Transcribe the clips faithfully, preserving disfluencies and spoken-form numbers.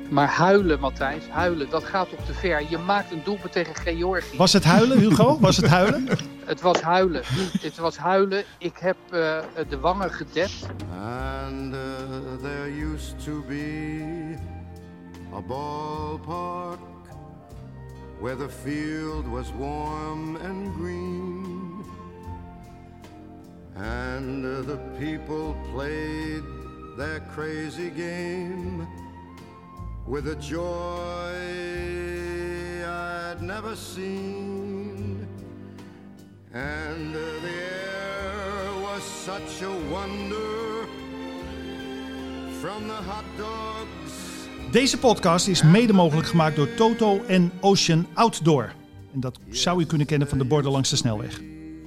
Maar huilen, Matthijs, huilen, dat gaat toch te ver. Je maakt een doelpunt tegen Georgië. Was het huilen, Hugo? Was het huilen? Het was huilen. Het was huilen. Ik heb uh, de wangen gedept. And uh, there used to be a ballpark where the field was warm and green. And uh, the people played their crazy game with a joy I'd never seen. And uh, the air was such a wonder from the hot dogs. Deze podcast is mede mogelijk gemaakt door Toto en Ocean Outdoor. En dat zou u kunnen kennen van de borden langs de snelweg.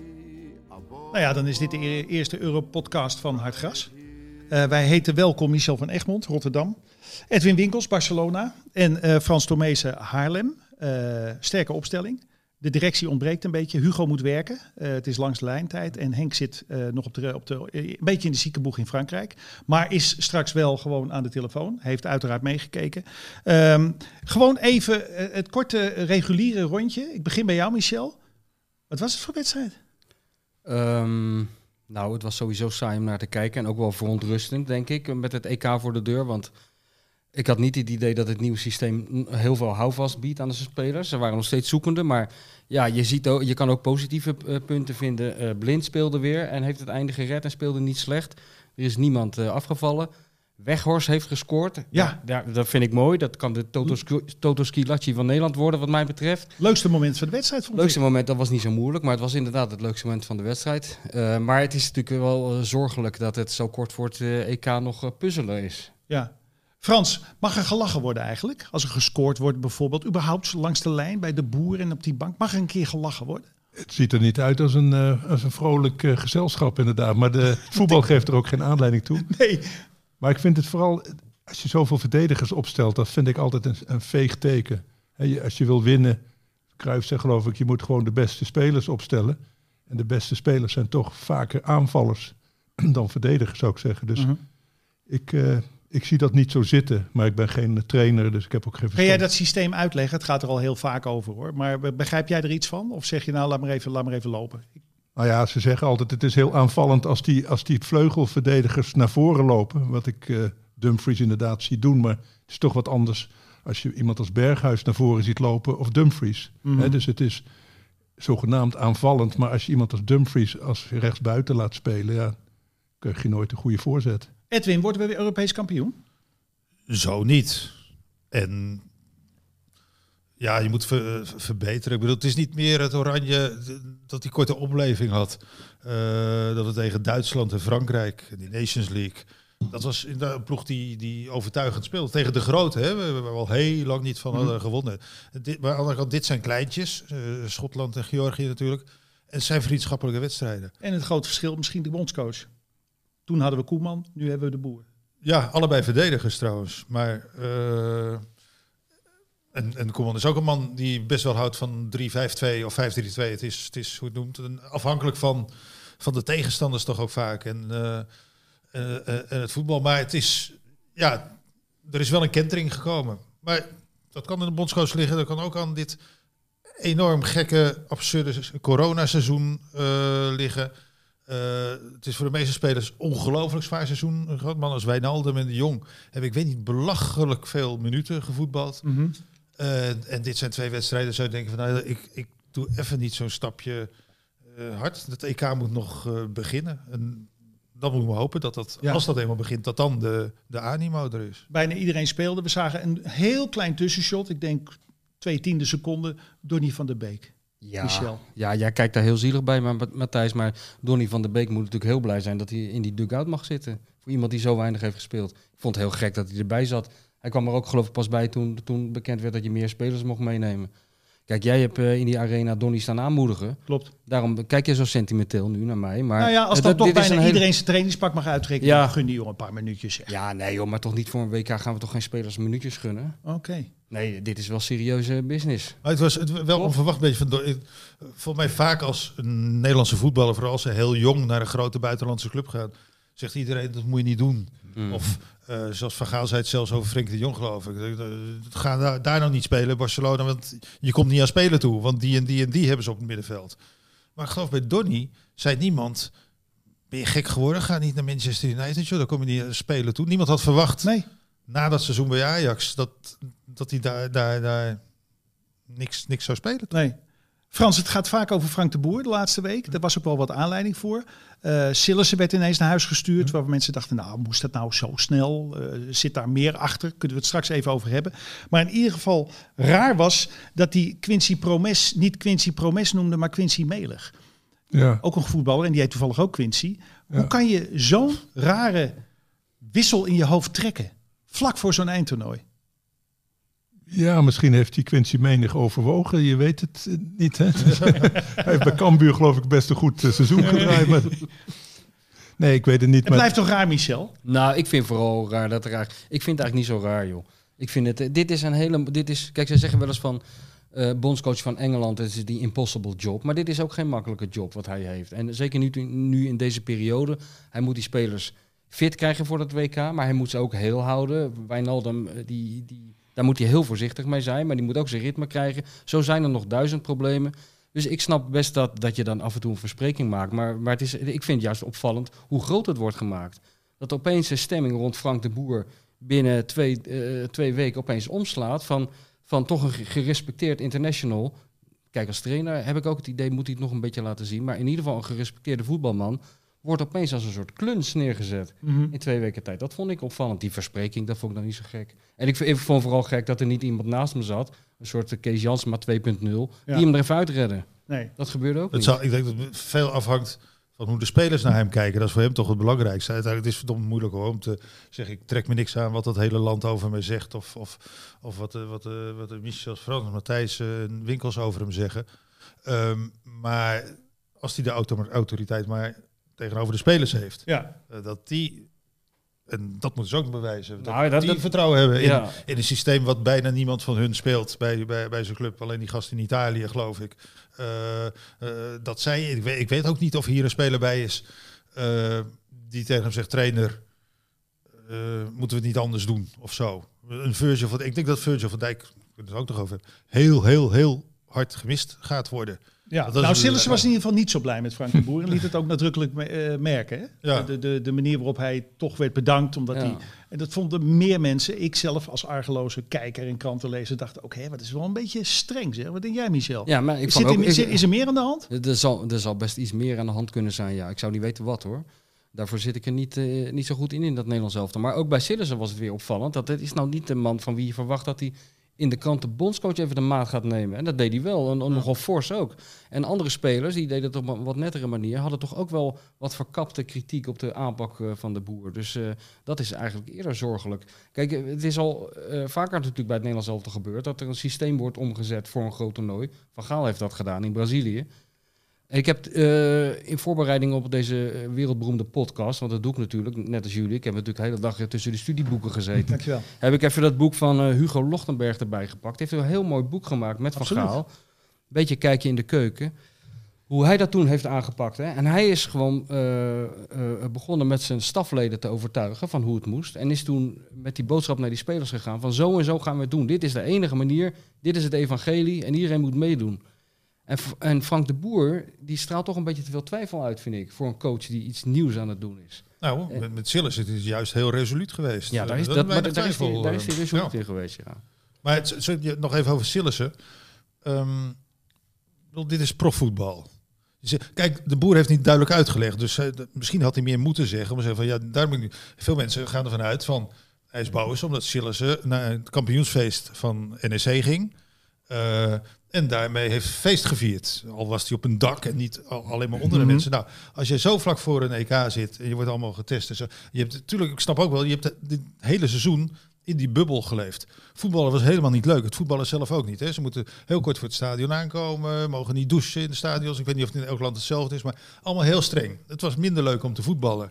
Nou ja, dan is dit de eerste Europodcast van Hartgras. Uh, wij heten welkom Michel van Egmond, Rotterdam. Edwin Winkels, Barcelona. En uh, Frans Tomezen, Haarlem. Uh, sterke opstelling. De directie ontbreekt een beetje. Hugo moet werken. Uh, het is langs de lijntijd. En Henk zit uh, nog op de, op de, uh, een beetje in de ziekenboeg in Frankrijk. Maar is straks wel gewoon aan de telefoon. Heeft uiteraard meegekeken. Um, gewoon even uh, het korte reguliere rondje. Ik begin bij jou, Michel. Wat was het voor wedstrijd? Um, nou, het was sowieso saai om naar te kijken. En ook wel verontrustend, denk ik, met het E K voor de deur. Want ik had niet het idee dat het nieuwe systeem heel veel houvast biedt aan de spelers. Ze waren nog steeds zoekende, maar ja, je, ziet ook, je kan ook positieve uh, punten vinden. Uh, Blind speelde weer en heeft het einde gered en speelde niet slecht. Er is niemand uh, afgevallen. Weghorst heeft gescoord. Ja. Ja, dat vind ik mooi. Dat kan de Toto, Toto Schillaci van Nederland worden, wat mij betreft. Leukste moment van de wedstrijd, vond ik. Leukste moment, dat was niet zo moeilijk, maar het was inderdaad het leukste moment van de wedstrijd. Uh, maar het is natuurlijk wel uh, zorgelijk dat het zo kort voor het uh, E K nog uh, puzzelen is. Ja. Frans, mag er gelachen worden eigenlijk? Als er gescoord wordt bijvoorbeeld, überhaupt langs de lijn bij de boer en op die bank. Mag er een keer gelachen worden? Het ziet er niet uit als een, uh, als een vrolijk uh, gezelschap inderdaad. Maar de voetbal geeft er ook geen aanleiding toe. Nee. Maar ik vind het vooral, als je zoveel verdedigers opstelt, dat vind ik altijd een, een veeg teken. He, je, als je wil winnen, Cruijff zegt geloof ik, je moet gewoon de beste spelers opstellen. En de beste spelers zijn toch vaker aanvallers dan verdedigers, zou ik zeggen. Dus uh-huh. ik... Uh, Ik zie dat niet zo zitten, maar ik ben geen trainer, dus ik heb ook geen verstand. Kun jij dat systeem uitleggen? Het gaat er al heel vaak over, hoor. Maar begrijp jij er iets van? Of zeg je nou, laat maar even, laat maar even lopen? Nou ja, ze zeggen altijd, het is heel aanvallend als die, als die vleugelverdedigers naar voren lopen. Wat ik uh, Dumfries inderdaad zie doen, maar het is toch wat anders als je iemand als Berghuis naar voren ziet lopen of Dumfries. Mm-hmm. He, dus het is zogenaamd aanvallend, maar als je iemand als Dumfries als rechtsbuiten laat spelen, ja, krijg je nooit een goede voorzet. Edwin, worden we weer Europees kampioen? Zo niet. En ja, je moet ver, verbeteren. Ik bedoel, het is niet meer het oranje dat die korte opleving had. Uh, dat we tegen Duitsland en Frankrijk, die Nations League. Dat was een ploeg die, die overtuigend speelde. Tegen de grote, hè, we hebben al heel lang niet van hadden gewonnen. Dit, maar aan de andere kant, dit zijn kleintjes. Uh, Schotland en Georgië natuurlijk. En het zijn vriendschappelijke wedstrijden. En het grote verschil, misschien de bondscoach. Toen hadden we Koeman, nu hebben we de Boer. Ja, allebei verdedigers trouwens. Maar uh, en, en Koeman is ook een man die best wel houdt van drie vijf twee of vijf drie twee. Het is, het is hoe het noemt, een, afhankelijk van, van de tegenstanders toch ook vaak. En, uh, uh, uh, en het voetbal. Maar het is, ja, er is wel een kentering gekomen. Maar dat kan in de bondscoach liggen. Dat kan ook aan dit enorm gekke, absurde coronaseizoen uh, liggen. Uh, het is voor de meeste spelers ongelooflijk zwaar seizoen. Een groot man als Wijnaldum en de Jong heb ik weet niet belachelijk veel minuten gevoetbald. Mm-hmm. Uh, en dit zijn twee wedstrijden. Zou je denken van, nou, ik, ik doe even niet zo'n stapje uh, hard. Het E K moet nog uh, beginnen. En dan moeten we hopen dat dat, ja. als dat eenmaal begint, dat dan de, de animo er is. Bijna iedereen speelde. We zagen een heel klein tussenshot. Ik denk twee tiende seconden. Donny van der Beek. Ja, Michel. ja, jij kijkt daar heel zielig bij, maar Matthijs. Maar Donny van der Beek moet natuurlijk heel blij zijn dat hij in die dugout mag zitten. Voor iemand die zo weinig heeft gespeeld. Ik vond het heel gek dat hij erbij zat. Hij kwam er ook geloof ik pas bij toen, toen bekend werd dat je meer spelers mocht meenemen. Kijk, jij hebt uh, in die arena Donny staan aanmoedigen. Klopt. Daarom kijk je zo sentimenteel nu naar mij. Maar nou ja, als uh, dan dat, toch bijna iedereen hele... zijn trainingspak mag uittrekken, ja. dan gun die jongen een paar minuutjes. Zeg. Ja, nee joh, maar toch niet voor een W K gaan we toch geen spelers minuutjes gunnen? Oké. Okay. Nee, dit is wel serieuze business. Maar het was het wel Klopt. onverwacht beetje van. Volgens mij vaak als een Nederlandse voetballer, vooral als ze heel jong naar een grote buitenlandse club gaat, zegt iedereen, dat moet je niet doen. Mm. Of uh, zoals Van Gaal zei het zelfs over Frenkie de Jong, geloof ik. Uh, ga daar, daar nou niet spelen, Barcelona, want je komt niet aan spelen toe. Want die en die en die hebben ze op het middenveld. Maar ik geloof bij Donny zei niemand, ben je gek geworden? Ga niet naar Manchester United, joh, daar kom je niet aan spelen toe. Niemand had verwacht, Nee. na dat seizoen bij Ajax, dat, dat hij daar, daar, daar niks, niks zou spelen. Nee. Frans, het gaat vaak over Frank de Boer de laatste week. Daar was ook wel wat aanleiding voor. Uh, Sillissen werd ineens naar huis gestuurd. Hm. Waar mensen dachten, nou, moest dat nou zo snel? Uh, zit daar meer achter? Kunnen we het straks even over hebben. Maar in ieder geval raar was dat hij Quincy Promes niet Quincy Promes noemde, maar Quincy Melig. Ja. Ook een voetballer en die heet toevallig ook Quincy. Ja. Hoe kan je zo'n rare wissel in je hoofd trekken? Vlak voor zo'n eindtoernooi. Ja, misschien heeft hij Quincy menig overwogen. Je weet het uh, niet, hè? Hij heeft bij Cambuur geloof ik best een goed uh, seizoen gedraaid. Maar... Nee, ik weet het niet. Het maar... blijft toch raar, Michel? Nou, ik vind vooral raar dat er eigenlijk... Ik vind het eigenlijk niet zo raar, joh. Ik vind het... Dit is een hele... Dit is, kijk, zij zeggen wel eens van... Uh, bondscoach van Engeland, het is die impossible job. Maar dit is ook geen makkelijke job wat hij heeft. En zeker nu, nu in deze periode. Hij moet die spelers fit krijgen voor dat W K. Maar hij moet ze ook heel houden. Wijnaldum, die... die Daar moet hij heel voorzichtig mee zijn, maar die moet ook zijn ritme krijgen. Zo zijn er nog duizend problemen. Dus ik snap best dat, dat je dan af en toe een verspreking maakt. Maar, maar het is, ik vind het juist opvallend hoe groot het wordt gemaakt. Dat opeens de stemming rond Frank de Boer binnen twee, uh, twee weken opeens omslaat. Van, van toch een gerespecteerd international. Kijk, als trainer heb ik ook het idee, moet hij het nog een beetje laten zien. Maar in ieder geval een gerespecteerde voetbalman wordt opeens als een soort kluns neergezet Mm-hmm. in twee weken tijd. Dat vond ik opvallend. Die verspreking, dat vond ik dan niet zo gek. En ik, ik vond vooral gek dat er niet iemand naast me zat, een soort Kees Jansma twee punt nul, Ja. die hem er even uitredde. Nee. Dat gebeurde ook Het niet. zal, ik denk dat het veel afhangt van hoe de spelers naar hem kijken. Dat is voor hem toch het belangrijkste. Uiteindelijk is het verdomd moeilijk hoor, om te zeggen, ik trek me niks aan wat dat hele land over me zegt. Of, of, of wat, uh, wat, uh, wat de Michel, Frans, Matthijs uh, en Winkels over hem zeggen. Um, maar als hij de auto- autoriteit maar tegenover de spelers heeft, Ja. uh, dat die... En dat moeten ze ook bewijzen. Dat, Nou, dat- die dat- vertrouwen hebben in, Ja. in een systeem wat bijna niemand van hun speelt bij, bij, bij zijn club. Alleen die gast in Italië, geloof ik. Uh, uh, dat zij, ik weet, ik weet ook niet of hier een speler bij is uh, die tegen hem zegt, trainer, uh, moeten we het niet anders doen of zo. Een Virgil van, ik denk dat Virgil van Dijk, ik het er ook nog over, heel, heel, heel hard gemist gaat worden. Ja, Dat is nou, een- Sillissen was in ieder geval niet zo blij met Frank de Boer en liet het ook nadrukkelijk me- uh, merken. Hè? Ja. De, de, de manier waarop hij toch werd bedankt, omdat Ja. hij... En dat vonden meer mensen. Ik zelf als argeloze kijker en krantenlezer dacht ook, hé, wat is wel een beetje streng zeg. Wat denk jij, Michel? Ja, maar ik Zit vond er, ook, is, ik- er, is er meer aan de hand? er, zal, er zal best iets meer aan de hand kunnen zijn, ja. Ik zou niet weten wat, hoor. Daarvoor zit ik er niet, uh, niet zo goed in, in dat Nederlands elftal. Maar ook bij Sillissen was het weer opvallend. Dat dit is nou niet de man van wie je verwacht dat hij in de krant de bondscoach even de maat gaat nemen. En dat deed hij wel, en, en nogal fors ook. En andere spelers, die deden het op een wat nettere manier, hadden toch ook wel wat verkapte kritiek op de aanpak uh, van de Boer. Dus uh, dat is eigenlijk eerder zorgelijk. Kijk, het is al uh, vaker natuurlijk bij het Nederlands elftal gebeurd dat er een systeem wordt omgezet voor een groot toernooi. Van Gaal heeft dat gedaan in Brazilië. Ik heb uh, in voorbereiding op deze wereldberoemde podcast, want dat doe ik natuurlijk, net als jullie, ik heb natuurlijk de hele dag tussen de studieboeken gezeten, Dankjewel. heb ik even dat boek van uh, Hugo Lochtenberg erbij gepakt. Hij heeft een heel mooi boek gemaakt met Van Absoluut. Gaal. Beetje kijkje in de keuken. Hoe hij dat toen heeft aangepakt. Hè? En hij is gewoon uh, uh, begonnen met zijn stafleden te overtuigen van hoe het moest. En is toen met die boodschap naar die spelers gegaan van zo en zo gaan we het doen. Dit is de enige manier, dit is het evangelie en iedereen moet meedoen. En, en Frank de Boer, die straalt toch een beetje te veel twijfel uit, vind ik. Voor een coach die iets nieuws aan het doen is. Nou, met, met Sillissen is het juist heel resoluut geweest. Ja, daar is, Uh, dat, weinig maar daar is hij twijfel, daar is uh, hij resoluut ja. in geweest, ja. Maar het, zo, je- nog even over Sillissen. Um, ik bedoel, dit is profvoetbal. Dus, kijk, de Boer heeft niet duidelijk uitgelegd. Dus uh, d- misschien had hij meer moeten zeggen. Maar zeggen van, ja, daar ben ik nu. Veel mensen gaan ervan uit van, hij is boos omdat Sillissen naar het kampioensfeest van N E C ging. Uh, en daarmee heeft feest gevierd. Al was hij op een dak en niet al- alleen maar onder de Mhm. mensen. Nou, als je zo vlak voor een E K zit en je wordt allemaal getest en zo. Je hebt natuurlijk, ik snap ook wel, je hebt dit hele seizoen in die bubbel geleefd. Voetballen was helemaal niet leuk. Het voetballen zelf ook niet. Hè. Ze moeten heel kort voor het stadion aankomen, mogen niet douchen in de stadions. Ik weet niet of het in elk land hetzelfde is, maar allemaal heel streng. Het was minder leuk om te voetballen.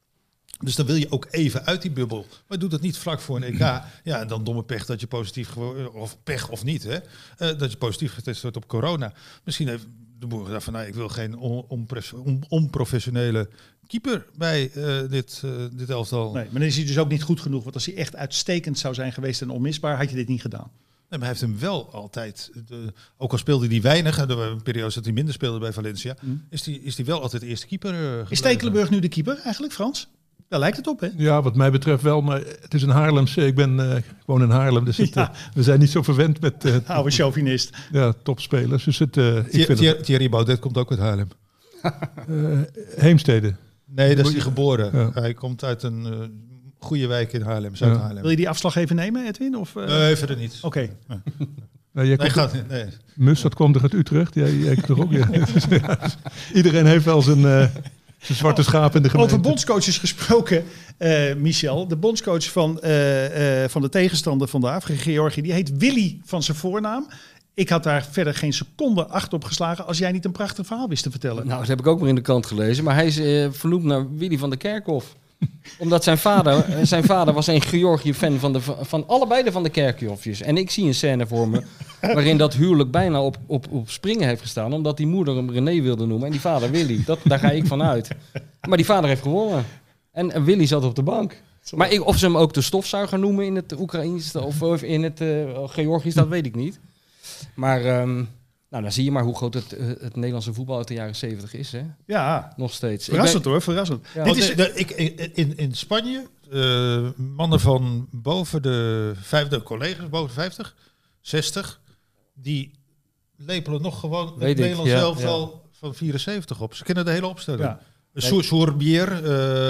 Dus dan wil je ook even uit die bubbel. Maar doe dat niet vlak voor een E K. Ja, en dan domme pech dat je positief, gewo- of pech of niet, hè, uh, dat je positief getest wordt op corona. Misschien heeft de Boer dacht van, nou, ik wil geen on, onpres, on, onprofessionele keeper bij uh, dit, uh, dit elftal. Nee, maar dan is hij dus ook niet goed genoeg. Want als hij echt uitstekend zou zijn geweest en onmisbaar, had je dit niet gedaan. Nee, maar hij heeft hem wel altijd, de, ook al speelde hij weinig, er waren periodes dat hij minder speelde bij Valencia, mm. is hij is die wel altijd de eerste keeper uh, gebleven. Is Stekelenburg nu de keeper eigenlijk, Frans? Daar lijkt het op, hè? Ja, wat mij betreft wel, maar het is een Haarlemse. Ik ben uh, ik woon in Haarlem, dus het, ja. uh, we zijn niet zo verwend met uh, oude chauvinist. Ja, topspelers. Dus het, uh, ik Thierry, vind Thierry, Thierry Baudet komt ook uit Haarlem. uh, Heemstede. Nee, daar is hij geboren. Ja. Hij komt uit een uh, goede wijk in Haarlem, Zuid-Haarlem. Ja. Wil je die afslag even nemen, Edwin? Of, uh... Nee, verder niet. Oké. Okay. Ja. Nee, jij nee, komt gaat, nee. Mus, dat komt er uit Utrecht. Jij, jij toch ook? Ja. Iedereen heeft wel zijn... Uh, De zwarte schaap in de gemeente. Over bondscoaches gesproken, uh, Michel. De bondscoach van, uh, uh, van de tegenstander vandaag, Georgië, die heet Willy van zijn voornaam. Ik had daar verder geen seconde acht op geslagen als jij niet een prachtig verhaal wist te vertellen. Nou, dat heb ik ook maar in de krant gelezen. Maar hij is uh, vernoemd naar Willy van der Kerkhof. Omdat zijn vader, zijn vader was een Georgië-fan van, de, van allebei de Van de Kerkhofjes. En ik zie een scène voor me waarin dat huwelijk bijna op, op, op springen heeft gestaan. Omdat die moeder hem René wilde noemen en die vader Willy. Dat, daar ga ik van uit. Maar die vader heeft gewonnen. En, en Willy zat op de bank. Maar ik, of ze hem ook de stofzuiger noemen in het Oekraïens of, of in het uh, Georgisch, dat weet ik niet. Maar... Um, Nou, dan zie je maar hoe groot het, het Nederlandse voetbal uit de jaren zeventig is, hè? Ja. Nog steeds. Verrassend ben... hoor, verrassend. Ja. Dit is, de, de, ik, in, in Spanje, uh, mannen van boven de vijfde, collega's boven de vijftig, zestig, die lepelen nog gewoon Weet het Nederlands ja, elftal ja. van vierenzeventig op. Ze kennen de hele opstelling. Ja. Sourbier, uh,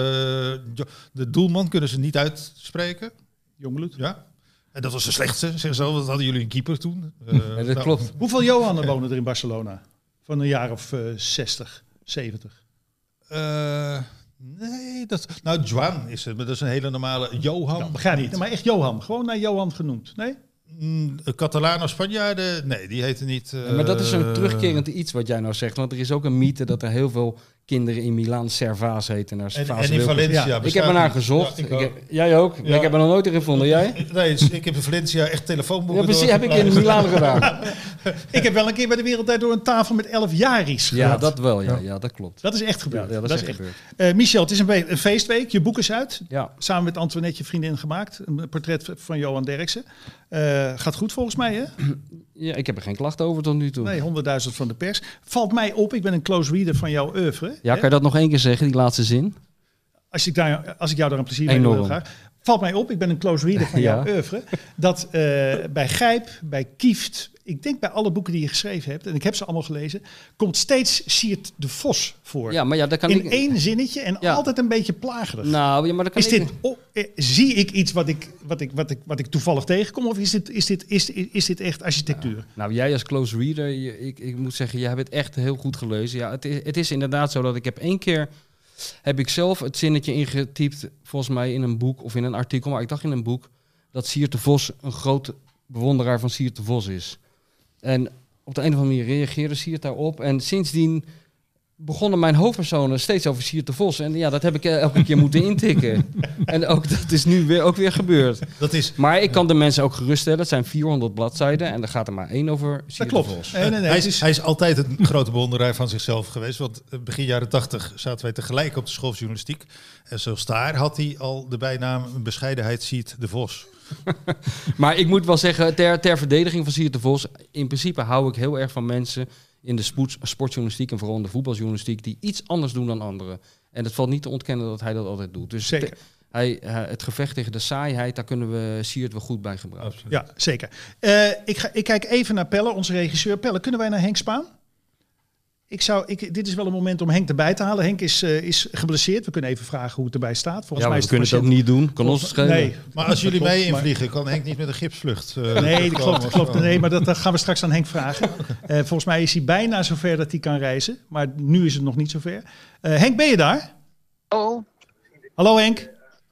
de doelman kunnen ze niet uitspreken. Jongbloed. Ja. En dat was de slechtste, zeggen ze al. Dat hadden jullie een keeper toen. Uh, ja, dat nou. klopt. Hoeveel Johannen wonen er in Barcelona? Van een jaar of uh, zestig, zeventig? Uh, nee, dat... Nou, Joan is het, maar dat is een hele normale Johan. Nou, begrijp niet, maar echt Johan. Gewoon naar Johan genoemd, nee? Mm, Catalaan Spanjaarden, nee, die heten niet... Uh, ja, maar dat is een terugkerend iets wat jij nou zegt. Want er is ook een mythe dat er heel veel kinderen in Milaan Servaas heten. Naar en, en in Valencia. Ja. Ik heb er naar gezocht. Ja, ik ik heb, jij ook? Ja. Ik heb er nog nooit in gevonden. Jij? Nee, ik heb in Valencia echt telefoonboeken. Ja, precies, heb ik in Milaan gedaan. Ik heb wel een keer bij de Wereldtijd door een tafel met elf jaries gehad. Ja, dat wel. Ja, ja, dat klopt. Dat is echt gebeurd. Ja, ja, dat, dat is echt gebeurd. Uh, Michel, het is een, be- een feestweek. Je boek is uit. Ja. Samen met Antoinette, je vriendin, gemaakt. Een portret van Johan Derksen. Uh, gaat goed volgens mij, hè? Ja, ik heb er geen klachten over tot nu toe. Nee, honderdduizend van de pers. Valt mij op, ik ben een close reader van jouw oeuvre. Ja, hè? Kan je dat nog één keer zeggen, die laatste zin? Als ik, daar, als ik jou daar een plezier mee wil, heel graag. Valt mij op, ik ben een close reader van ja. jouw oeuvre. Dat uh, bij Gijp, bij Kieft, ik denk bij alle boeken die je geschreven hebt, en ik heb ze allemaal gelezen, komt steeds Siert de Vos voor. Ja, maar ja, dat kan in ik... één zinnetje en ja. altijd een beetje plagerig. Nou, ja, maar dat kan is ik... dit, oh, eh, zie ik iets wat ik, wat, ik, wat, ik, wat ik toevallig tegenkom, of is dit, is dit, is, is, is dit echt architectuur? Ja. Nou, jij als close reader, je, ik, ik moet zeggen, jij hebt het echt heel goed gelezen. Ja, het is, het is inderdaad zo dat ik heb één keer... heb ik zelf het zinnetje ingetypt, volgens mij in een boek of in een artikel, maar ik dacht in een boek, dat Siert de Vos een groot bewonderaar van Siert de Vos is. En op de een of andere manier reageerde Siert daarop. En sindsdien begonnen mijn hoofdpersonen steeds over Siert de Vos. En ja, dat heb ik elke keer moeten intikken. En ook dat is nu weer, ook weer gebeurd. Dat is, maar ik kan de mensen ook geruststellen. Het zijn vierhonderd bladzijden en er gaat er maar één over Siert de Vos. Nee, nee, nee, hij, is, hij is altijd een grote bewonderaar van zichzelf geweest. Want begin jaren tachtig zaten wij tegelijk op de school van journalistiek. En zelfs daar had hij al de bijnaam bescheidenheid Siert de Vos. Maar ik moet wel zeggen, ter, ter verdediging van Siert de Vos, in principe hou ik heel erg van mensen in de spoed, sportjournalistiek en vooral in de voetbaljournalistiek die iets anders doen dan anderen. En het valt niet te ontkennen dat hij dat altijd doet. Dus zeker. Te, hij, het gevecht tegen de saaiheid, daar kunnen we Siert wel goed bij gebruiken. Absoluut. Ja, zeker. Uh, ik, ga, ik kijk even naar Pelle, onze regisseur. Pelle, kunnen wij naar Henk Spaan? Ik zou, ik, dit is wel een moment om Henk erbij te halen. Henk is, uh, is geblesseerd. We kunnen even vragen hoe het erbij staat. Volgens ja, mij we kunnen het ook niet doen. Kan ons schelen. Nee, maar als jullie mee invliegen, kan Henk niet met een gipsvlucht. Uh, nee, dat klopt, klopt. Nee, maar dat, dat gaan we straks aan Henk vragen. Uh, volgens mij is hij bijna zover dat hij kan reizen. Maar nu is het nog niet zover. Uh, Henk, ben je daar? Oh. Hallo Henk.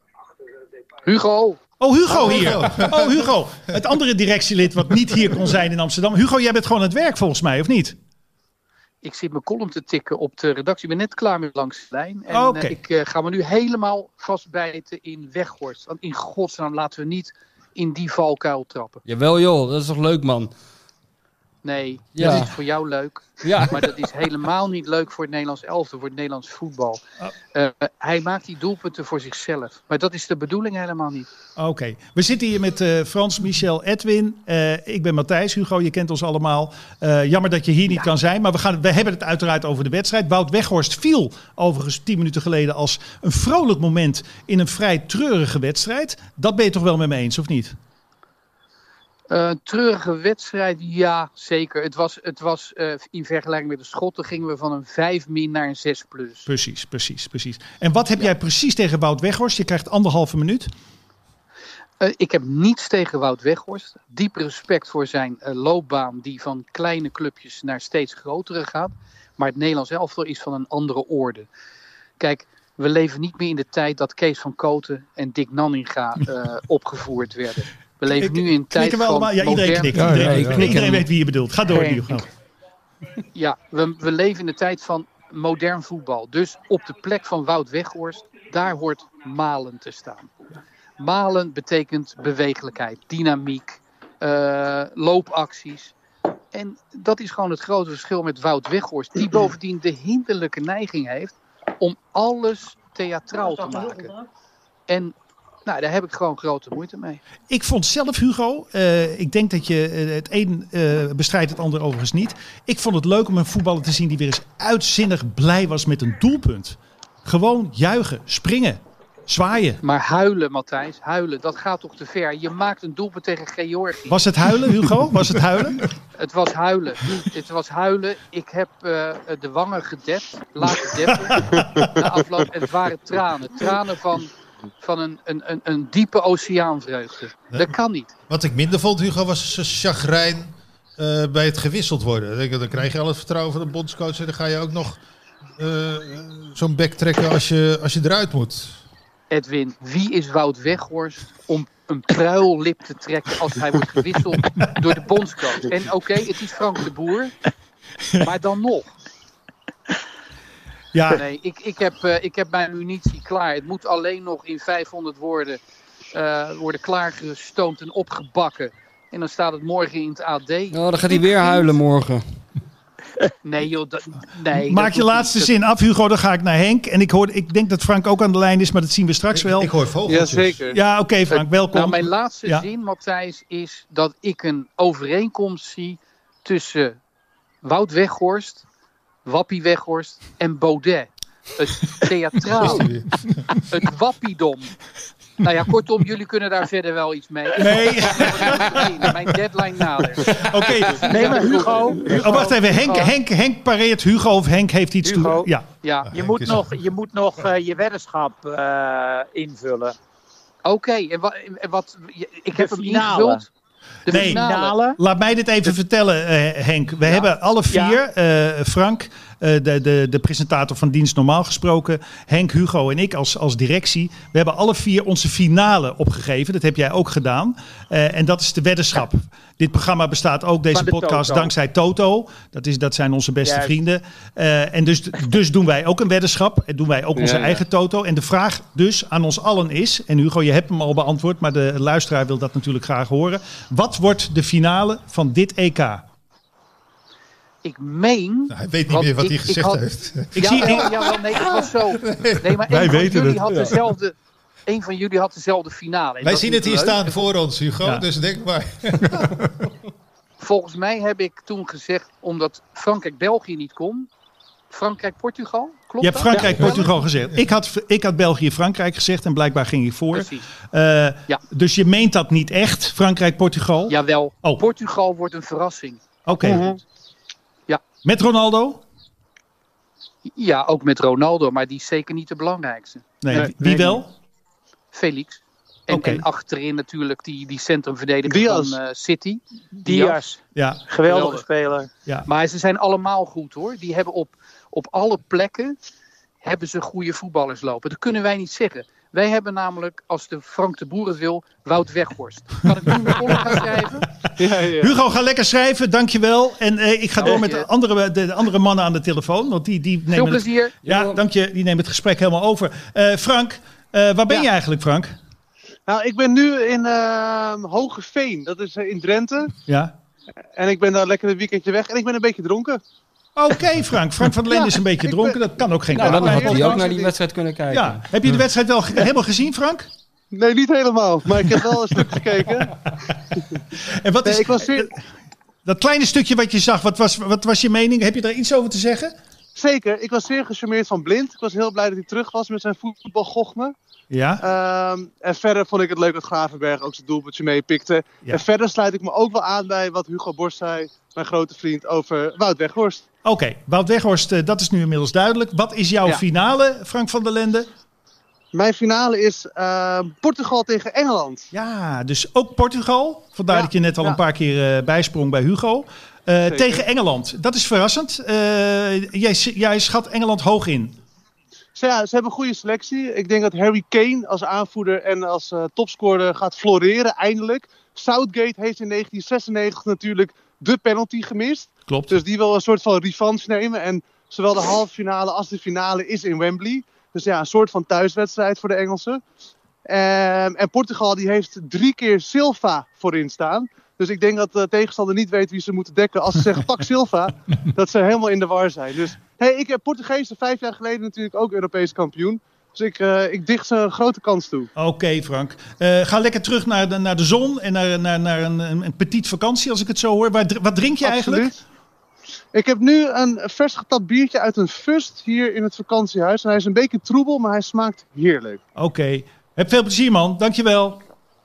Hugo. Oh, Hugo hier. Oh, Hugo. Het andere directielid wat niet hier kon zijn in Amsterdam. Hugo, jij bent gewoon aan het werk volgens mij, of niet? Ik zit mijn column te tikken op de redactie. Ik ben net klaar met Langs de Lijn. En okay. uh, ik uh, ga me nu helemaal vastbijten in Weghorst. Want in godsnaam laten we niet in die valkuil trappen. Jawel joh, dat is toch leuk man. Nee, Ja. dat is voor jou leuk. Ja. Maar dat is helemaal niet leuk voor het Nederlands elftal, voor het Nederlands voetbal. Uh, hij maakt die doelpunten voor zichzelf. Maar dat is de bedoeling helemaal niet. Oké, okay. We zitten hier met uh, Frans, Michel, Edwin. Uh, ik ben Matthijs. Hugo, je kent ons allemaal. Uh, jammer dat je hier niet ja. kan zijn. Maar we, gaan, we hebben het uiteraard over de wedstrijd. Wout Weghorst viel overigens tien minuten geleden als een vrolijk moment in een vrij treurige wedstrijd. Dat ben je toch wel met me eens, of niet? Een uh, treurige wedstrijd, ja, zeker. Het was, het was uh, in vergelijking met de Schotten gingen we van een vijf min naar een zes plus. Precies, precies, precies. En wat heb ja. jij precies tegen Wout Weghorst? Je krijgt anderhalve minuut. Uh, ik heb niets tegen Wout Weghorst. Diep respect voor zijn uh, loopbaan die van kleine clubjes naar steeds grotere gaat. Maar het Nederlands elftal is van een andere orde. Kijk, we leven niet meer in de tijd dat Kees van Kooten en Dick Nanninga uh, opgevoerd werden. We leven nu in een tijd van allemaal? Ja, iedereen modern... knikt. Iedereen, ja, ja, ja. iedereen weet wie je bedoelt. Ga door, Hugo. Ja, we, we leven in de tijd van modern voetbal. Dus op de plek van Wout Weghorst, daar hoort Malen te staan. Malen betekent bewegelijkheid, dynamiek, uh, loopacties. En dat is gewoon het grote verschil met Wout Weghorst. Die bovendien de hinderlijke neiging heeft om alles theatraal te maken. En nou, daar heb ik gewoon grote moeite mee. Ik vond zelf, Hugo, uh, ik denk dat je uh, het een uh, bestrijdt het ander overigens niet. Ik vond het leuk om een voetballer te zien die weer eens uitzinnig blij was met een doelpunt. Gewoon juichen, springen, zwaaien. Maar huilen, Matthijs, huilen, dat gaat toch te ver. Je maakt een doelpunt tegen Georgië. Was het huilen, Hugo? Was het huilen? Het was huilen. Het was huilen. Ik heb uh, de wangen gedept, laten deppen. Na afloop. En het waren tranen. Tranen van... van een, een, een, een diepe oceaanvreugde. Nee. Dat kan niet. Wat ik minder vond, Hugo, was zijn chagrijn uh, bij het gewisseld worden. Dan krijg je al het vertrouwen van de bondscoach en dan ga je ook nog uh, zo'n bek trekken als je, als je eruit moet. Edwin, wie is Wout Weghorst om een pruillip te trekken als hij wordt gewisseld door de bondscoach? En oké, okay, het is Frank de Boer, maar dan nog. Ja. Nee, ik, ik, heb, uh, ik heb mijn munitie klaar. Het moet alleen nog in vijfhonderd woorden uh, worden klaargestoomd en opgebakken. En dan staat het morgen in het A D. Oh, dan gaat hij weer huilen morgen. Nee joh, dat, nee. Maak dat je laatste dat... zin af, Hugo. Dan ga ik naar Henk. En ik, hoor, ik denk dat Frank ook aan de lijn is, maar dat zien we straks ik, wel. Ik hoor vogeltjes. Ja, zeker. Ja, oké okay, Frank, welkom. Nou, mijn laatste ja. zin, Matthijs, is dat ik een overeenkomst zie tussen Wout Weghorst, Wappie Weghorst en Baudet. Het theatraal, het wappiedom. Nou ja, kortom, jullie kunnen daar verder wel iets mee. Nee. Mijn deadline nadert. Oké. Okay. Nee, maar Hugo. Hugo oh, wacht even. Henk, Henk, Henk pareert Hugo of Henk heeft iets Hugo, toe. Ja. ja. Je, moet nog, je moet nog uh, je weddenschap uh, invullen. Oké, okay. en wat, en wat ik de heb finale. hem ingevuld. De nee, finale. Laat mij dit even vertellen, uh, Henk. We ja. hebben alle vier, ja. uh, Frank, uh, de, de, de presentator van Dienst Normaal Gesproken, Henk, Hugo en ik als, als directie. We hebben alle vier onze finale opgegeven. Dat heb jij ook gedaan. Uh, en dat is de weddenschap. Ja. Dit programma bestaat ook, deze de podcast, Toto. dankzij Toto. Dat, is, dat zijn onze beste Juist. vrienden. Uh, en dus, dus doen wij ook een weddenschap. En doen wij ook onze ja, ja. eigen Toto. En de vraag dus aan ons allen is, en Hugo, je hebt hem al beantwoord, maar de luisteraar wil dat natuurlijk graag horen. Wat wordt de finale van dit E K? Ik meen... Nou, hij weet niet meer wat ik, hij gezegd had, heeft. Ik ja, zie, wel, ja, wel, nee, dat was zo. Nee, maar Wij een weten van jullie het. had dezelfde... Een van jullie had dezelfde finale. Wij zien het hier leuk. staan voor ons, Hugo. Ja. Dus denk maar. Volgens mij heb ik toen gezegd, omdat Frankrijk-België niet kon... Frankrijk-Portugal? Klopt Je hebt Frankrijk-Portugal ja. gezegd. Ik had, ik had België-Frankrijk gezegd en blijkbaar ging ik voor. Precies. Uh, ja. Dus je meent dat niet echt, Frankrijk-Portugal? Jawel. Oh. Portugal wordt een verrassing. Oké. Okay. Mm-hmm. Ja. Met Ronaldo? Ja, ook met Ronaldo, maar die is zeker niet de belangrijkste. Nee, nee wie nee, wel? Felix. En, okay. en achterin natuurlijk die, die centrumverdediger Diaz. van uh, City. Diaz. Ja. Geweldige speler. Ja. Maar ze zijn allemaal goed hoor. Die hebben op, op alle plekken hebben ze goede voetballers lopen. Dat kunnen wij niet zeggen. Wij hebben namelijk, als de Frank de Boer het wil, Wout Weghorst. Kan ik nu een column gaan schrijven? Ja, ja. Hugo, ga lekker schrijven, dankjewel. En uh, ik ga door met de andere, de, de andere mannen aan de telefoon. Want die, die nemen Veel plezier. Het, ja, dank je. Die nemen het gesprek helemaal over. Uh, Frank, uh, waar ben ja. je eigenlijk, Frank? Nou, ik ben nu in uh, Hogeveen. Dat is uh, in Drenthe. Ja. En ik ben daar lekker een weekendje weg. En ik ben een beetje dronken. Oké, okay, Frank. Frank van der Lende ja, is een beetje dronken. Ben... Dat kan ook geen nou, kwaad. Dan had hij ook naar die wedstrijd kunnen kijken. Ja. Heb je de wedstrijd wel ge- helemaal gezien, Frank? Nee, niet helemaal. Maar ik heb wel een stuk gekeken. En wat is... Nee, ik was zeer... Dat kleine stukje wat je zag, wat was, wat was je mening? Heb je daar iets over te zeggen? Zeker. Ik was zeer gecharmeerd van Blind. Ik was heel blij dat hij terug was met zijn voetbalgochme. Ja. Um, en verder vond ik het leuk dat Gravenberg ook zijn doelpuntje meepikte. Ja. En verder sluit ik me ook wel aan bij wat Hugo Borst zei, mijn grote vriend, over Wout Weghorst. Oké, okay. Wout Weghorst, dat is nu inmiddels duidelijk. Wat is jouw ja. finale, Frank van der Lende? Mijn finale is uh, Portugal tegen Engeland. Ja, dus ook Portugal. Vandaar ja. dat je net al ja. een paar keer uh, bijsprong bij Hugo. Uh, tegen Engeland. Dat is verrassend. Uh, jij, jij schat Engeland hoog in. Ja, ze hebben een goede selectie. Ik denk dat Harry Kane als aanvoerder en als uh, topscorer gaat floreren eindelijk. Southgate heeft in negentien zesennegentig natuurlijk de penalty gemist. Klopt. Dus die wil een soort van revanche nemen. En zowel de halve finale als de finale is in Wembley. Dus ja, een soort van thuiswedstrijd voor de Engelsen. Um, en Portugal die heeft drie keer Silva voorin staan. Dus ik denk dat de tegenstander niet weet wie ze moeten dekken. Als ze zeggen pak Silva, dat ze helemaal in de war zijn. Dus hey, ik heb Portugezen vijf jaar geleden natuurlijk ook Europees kampioen. Dus ik, uh, ik dicht ze een grote kans toe. Oké okay, Frank. Uh, ga lekker terug naar de, naar de zon en naar, naar, naar een, een petit vakantie als ik het zo hoor. Waar, wat drink je Absoluut. eigenlijk? Ik heb nu een vers getapt biertje uit een Fust hier in het vakantiehuis. En hij is een beetje troebel, maar hij smaakt heerlijk. Oké. Okay. Heb veel plezier man. Dankjewel.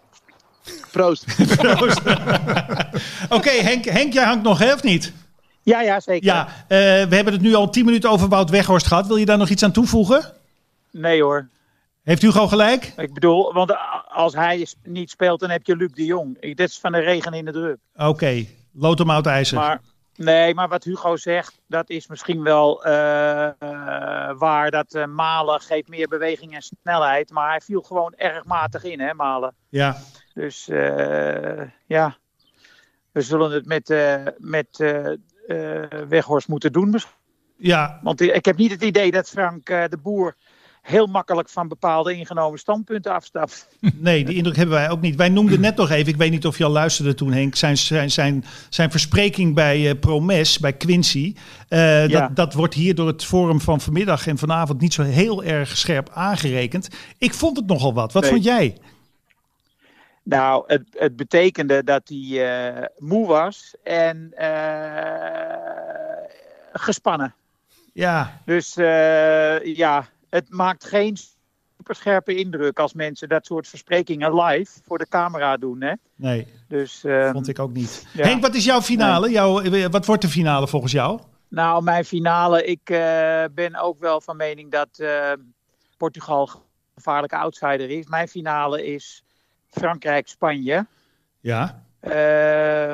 Proost. Proost. Oké, okay, Henk, Henk, jij hangt nog, hè, of niet? Ja, ja, zeker. Ja, uh, we hebben het nu al tien minuten over Wout Weghorst gehad. Wil je daar nog iets aan toevoegen? Nee hoor. Heeft Hugo gelijk? Ik bedoel, want als hij niet speelt, dan heb je Luc de Jong. Dit is van de regen in de drup. Oké, okay. Lotermout IJzer. Maar, nee, maar wat Hugo zegt, dat is misschien wel uh, uh, waar. Dat uh, Malen geeft meer beweging en snelheid. Maar hij viel gewoon erg matig in, hè, Malen. Ja. Dus uh, ja, we zullen het met, uh, met uh, uh, Weghorst moeten doen. Ja. Want ik heb niet het idee dat Frank uh, de Boer heel makkelijk van bepaalde ingenomen standpunten afstapt. Nee, die indruk hebben wij ook niet. Wij noemden net nog even, ik weet niet of je al luisterde toen, Henk, zijn, zijn, zijn, zijn verspreking bij uh, Promes, bij Quincy. Uh, ja. dat, dat wordt hier door het forum van vanmiddag en vanavond niet zo heel erg scherp aangerekend. Ik vond het nogal wat. Wat nee. vond jij? Nou, het, het betekende dat hij uh, moe was en uh, gespannen. Ja. Dus uh, ja, het maakt geen superscherpe indruk als mensen dat soort versprekingen live voor de camera doen, hè? Nee, dus, uh, vond ik ook niet. Ja. Henk, wat is jouw finale? Nee. Jouw, wat wordt de finale volgens jou? Nou, mijn finale, ik uh, ben ook wel van mening dat uh, Portugal een gevaarlijke outsider is. Mijn finale is Frankrijk-Spanje. Ja. Uh,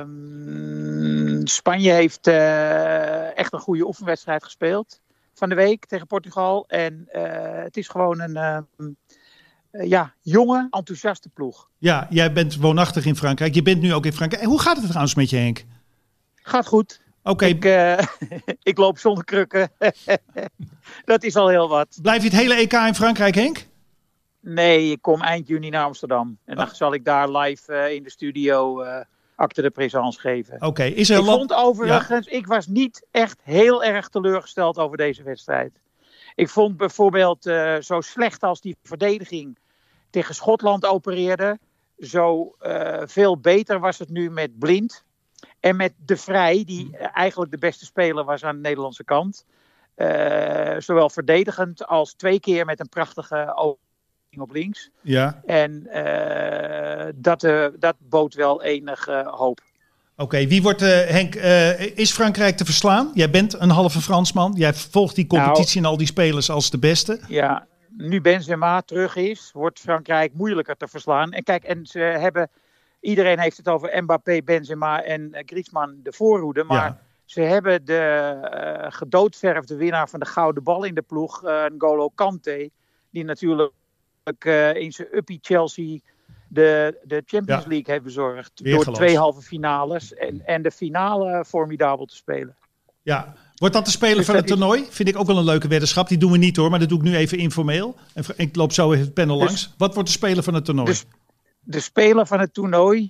Spanje heeft uh, echt een goede oefenwedstrijd gespeeld van de week tegen Portugal. En uh, het is gewoon een uh, uh, ja, jonge, enthousiaste ploeg. Ja, jij bent woonachtig in Frankrijk. Je bent nu ook in Frankrijk. Hoe gaat het trouwens met je, Henk? Gaat goed. Oké. Okay. Ik, uh, ik loop zonder krukken. Dat is al heel wat. Blijf je het hele E K in Frankrijk, Henk? Nee, ik kom eind juni naar Amsterdam. En dan oh. zal ik daar live uh, in de studio uh, acte de présence geven. Oké, okay. Is er Ik land... vond overigens, ja. ik was niet echt heel erg teleurgesteld over deze wedstrijd. Ik vond bijvoorbeeld uh, zo slecht als die verdediging tegen Schotland opereerde. Zo uh, veel beter was het nu met Blind. En met De Vrij, die uh, eigenlijk de beste speler was aan de Nederlandse kant. Uh, zowel verdedigend als twee keer met een prachtige opening op links. Ja. En uh, dat, uh, dat bood wel enige uh, hoop. Oké, okay, wie wordt, uh, Henk, uh, is Frankrijk te verslaan? Jij bent een halve Fransman. Jij volgt die competitie nou, en al die spelers als de beste. Ja, nu Benzema terug is, wordt Frankrijk moeilijker te verslaan. En kijk, en ze hebben, iedereen heeft het over Mbappé, Benzema en uh, Griezmann, de voorhoede. Maar ja. ze hebben de uh, gedoodverfde winnaar van de gouden bal in de ploeg, uh, N'Golo Kanté, die natuurlijk uh, in zijn uppie Chelsea de, de Champions ja. League heeft bezorgd. Door twee halve finales en, en de finale formidabel te spelen. Ja, wordt dat de speler dus van het toernooi? Is... Vind ik ook wel een leuke weddenschap. Die doen we niet hoor, maar dat doe ik nu even informeel. En ik loop zo even het panel dus, langs. Wat wordt de speler van het toernooi? Dus, de speler van het toernooi?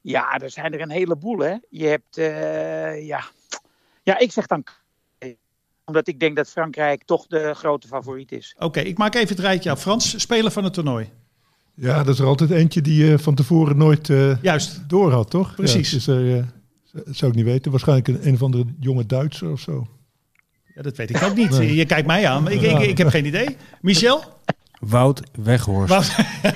Ja, er zijn er een heleboel, hè. Je hebt, uh, ja... Ja, ik zeg dan... Omdat ik denk dat Frankrijk toch de grote favoriet is. Oké, okay, ik maak even het rijtje af. Frans, speler van het toernooi. Ja, dat is er altijd eentje die uh, van tevoren nooit uh, Juist. door had, toch? Precies. Ja, dus er, uh, dat zou ik niet weten. Waarschijnlijk een, een of andere jonge Duitser of zo. Ja, dat weet ik ook niet. Nee. Je kijkt mij aan. Ik, ik, ik heb geen idee. Michel? Wout Weghorst. Wout.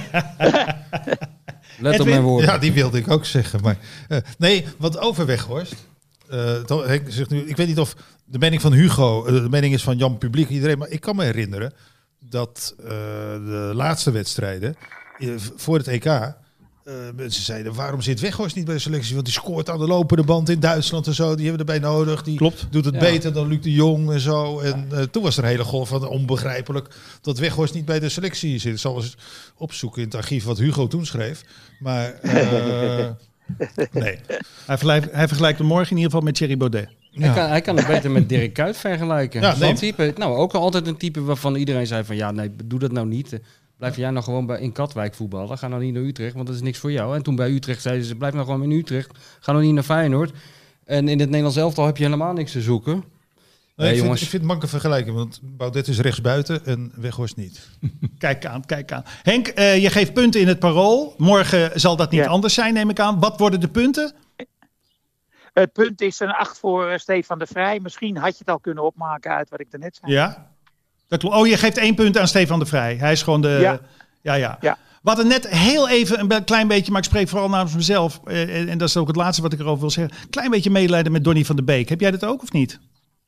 Let Edwin? op mijn woorden. Ja, die wilde ik ook zeggen. Maar uh, nee, wat over Weghorst. Uh, Henk zegt nu, ik weet niet of de mening van Hugo, uh, de mening is van Jan Publiek, iedereen. Maar ik kan me herinneren dat uh, de laatste wedstrijden uh, voor het E K... Uh, mensen zeiden, waarom zit Weghorst niet bij de selectie? Want die scoort aan de lopende band in Duitsland en zo. Die hebben erbij nodig. Die Klopt. doet het Ja. beter dan Luc de Jong en zo. En uh, toen was er een hele golf van onbegrijpelijk dat Weghorst niet bij de selectie zit. Ik zal eens opzoeken in het archief wat Hugo toen schreef. Maar uh, nee. Hij vergelijkt, hij vergelijkt hem morgen in ieder geval met Thierry Baudet. Hij, kan, hij kan het beter met Dirk Kuyt vergelijken. Ja, Zo'n nee. type, nou, ook altijd een type waarvan iedereen zei van... ja, nee, doe dat nou niet. Blijf jij nou gewoon bij, in Katwijk voetballen. Ga nou niet naar Utrecht, want dat is niks voor jou. En toen bij Utrecht zeiden ze, blijf nou gewoon in Utrecht. Ga nou niet naar Feyenoord. En in het Nederlands elftal heb je helemaal niks te zoeken. Nee, Nee, ik, vind, jongens. ik vind het manke vergelijking, want Baudet is rechtsbuiten en Weghorst niet. Kijk aan, kijk aan. Henk, uh, je geeft punten in het Parool. Morgen zal dat niet Ja. anders zijn, neem ik aan. Wat worden de punten? Het punt is een acht voor uh, Stefan de Vrij. Misschien had je het al kunnen opmaken uit wat ik daarnet zei. Ja. Dat klopt. Oh, je geeft één punt aan Stefan de Vrij. Hij is gewoon de... Ja. Ja, ja. Ja. We hadden net heel even, een be- klein beetje, maar ik spreek vooral namens mezelf. Uh, en, en dat is ook het laatste wat ik erover wil zeggen. Een klein beetje medelijden met Donny van de Beek. Heb jij dat ook of niet?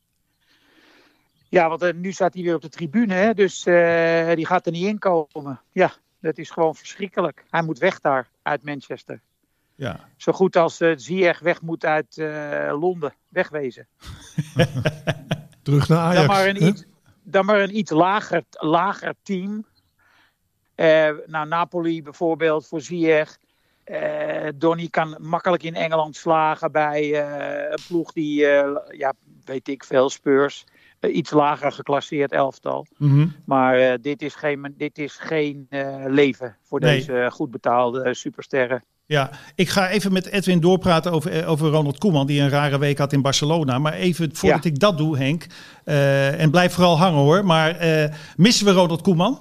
Ja, want uh, nu staat hij weer op de tribune, hè? Dus uh, die gaat er niet in komen. Ja, dat is gewoon verschrikkelijk. Hij moet weg daar, uit Manchester. Ja. Zo goed als uh, Ziyech weg moet uit uh, Londen. Wegwezen. Terug naar Ajax. Dan maar een hè? iets, dan maar een iets lager, lager team. Uh, nou, Napoli bijvoorbeeld voor Ziyech. Uh, Donny kan makkelijk in Engeland slagen bij uh, een ploeg die, uh, ja, weet ik veel, Spurs. Uh, iets lager geclasseerd elftal. Mm-hmm. Maar uh, dit is geen, dit is geen uh, leven voor Nee. deze uh, goed betaalde uh, supersterren. Ja, ik ga even met Edwin doorpraten over, over Ronald Koeman, die een rare week had in Barcelona. Maar even voordat Ja. ik dat doe, Henk, uh, en blijf vooral hangen hoor, maar uh, missen we Ronald Koeman?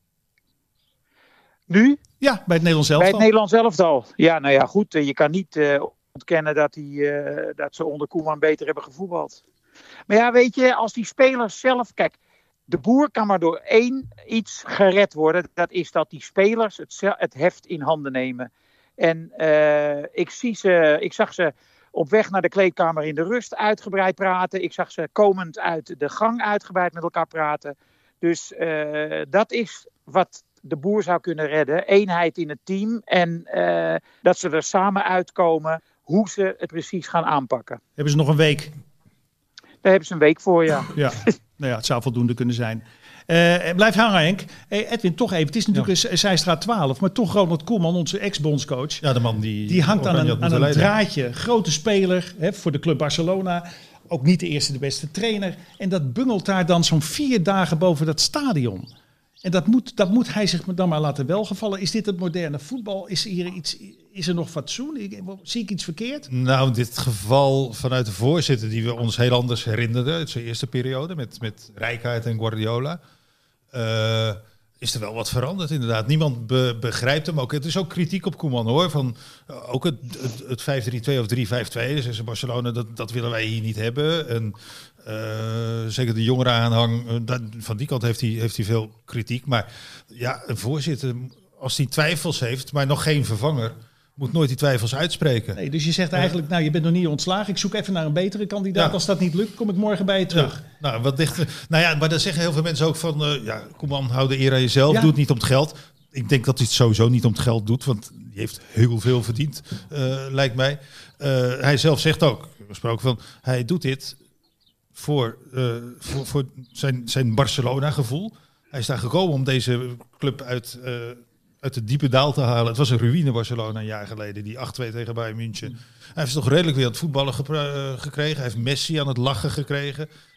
Nu? Ja, bij het Nederlands Bij elftal. het Nederlands elftal. Ja, nou ja, goed. uh, Je kan niet uh, ontkennen dat, die, uh, dat ze onder Koeman beter hebben gevoetbald. Maar ja, weet je, als die spelers zelf... Kijk, de Boer kan maar door één iets gered worden. Dat is dat die spelers het, ze- het heft in handen nemen. En uh, ik, zie ze, ik zag ze op weg naar de kleedkamer in de rust uitgebreid praten. Ik zag ze komend uit de gang uitgebreid met elkaar praten. Dus uh, dat is wat de Boer zou kunnen redden. Eenheid in het team. En uh, dat ze er samen uitkomen hoe ze het precies gaan aanpakken. Hebben ze nog een week? Daar hebben ze een week voor, ja. Ja, nou ja, het zou voldoende kunnen zijn. Uh, blijf hangen, Henk. Hey, Edwin, toch even. Het is natuurlijk ja. een Zijstraat twaalf, maar toch Ronald Koeman, onze ex-bondscoach. Ja, de man die... Die hangt aan Oranje een, had aan moeten een leiden. draadje. Grote speler hè, voor de club Barcelona. Ook niet de eerste, de beste trainer. En dat bungelt daar dan zo'n vier dagen boven dat stadion. En dat moet, dat moet hij zich dan maar laten welgevallen. Is dit het moderne voetbal? Is, hier iets, is er nog fatsoen? Ik, zie ik iets verkeerd? Nou, in dit geval vanuit de voorzitter die we ons heel anders herinnerden. uit zijn eerste periode met, met Rijkaard en Guardiola. Uh, is er wel wat veranderd inderdaad. Niemand be, begrijpt hem ook. Het is ook kritiek op Koeman hoor. Van, uh, ook het, het, het vijf drie twee of drie vijf twee. Dus in Barcelona, dat, dat willen wij hier niet hebben. En uh, zeker de jongere aanhang. Uh, dat, van die kant heeft hij, heeft hij veel kritiek. Maar ja, een voorzitter, als hij twijfels heeft, maar nog geen vervanger, moet nooit die twijfels uitspreken. Nee, dus je zegt eigenlijk, nou je bent nog niet ontslagen. Ik zoek even naar een betere kandidaat. Ja. Als dat niet lukt, kom ik morgen bij je terug. Ja, nou, wat dichter. Nou ja, maar dan zeggen heel veel mensen ook van, uh, ja, Koeman, hou de eer aan jezelf. Ja. Doe het niet om het geld. Ik denk dat hij het sowieso niet om het geld doet, want die heeft heel veel verdiend, uh, lijkt mij. Uh, hij zelf zegt ook, gesproken van, hij doet dit voor, uh, voor, voor zijn, zijn Barcelona-gevoel. Hij is daar gekomen om deze club uit... Uh, uit de diepe daal te halen. Het was een ruïne Barcelona een jaar geleden. Die acht twee tegen Bayern München. Hij heeft toch redelijk weer aan het voetballen gepra- uh, gekregen. Hij heeft Messi aan het lachen gekregen.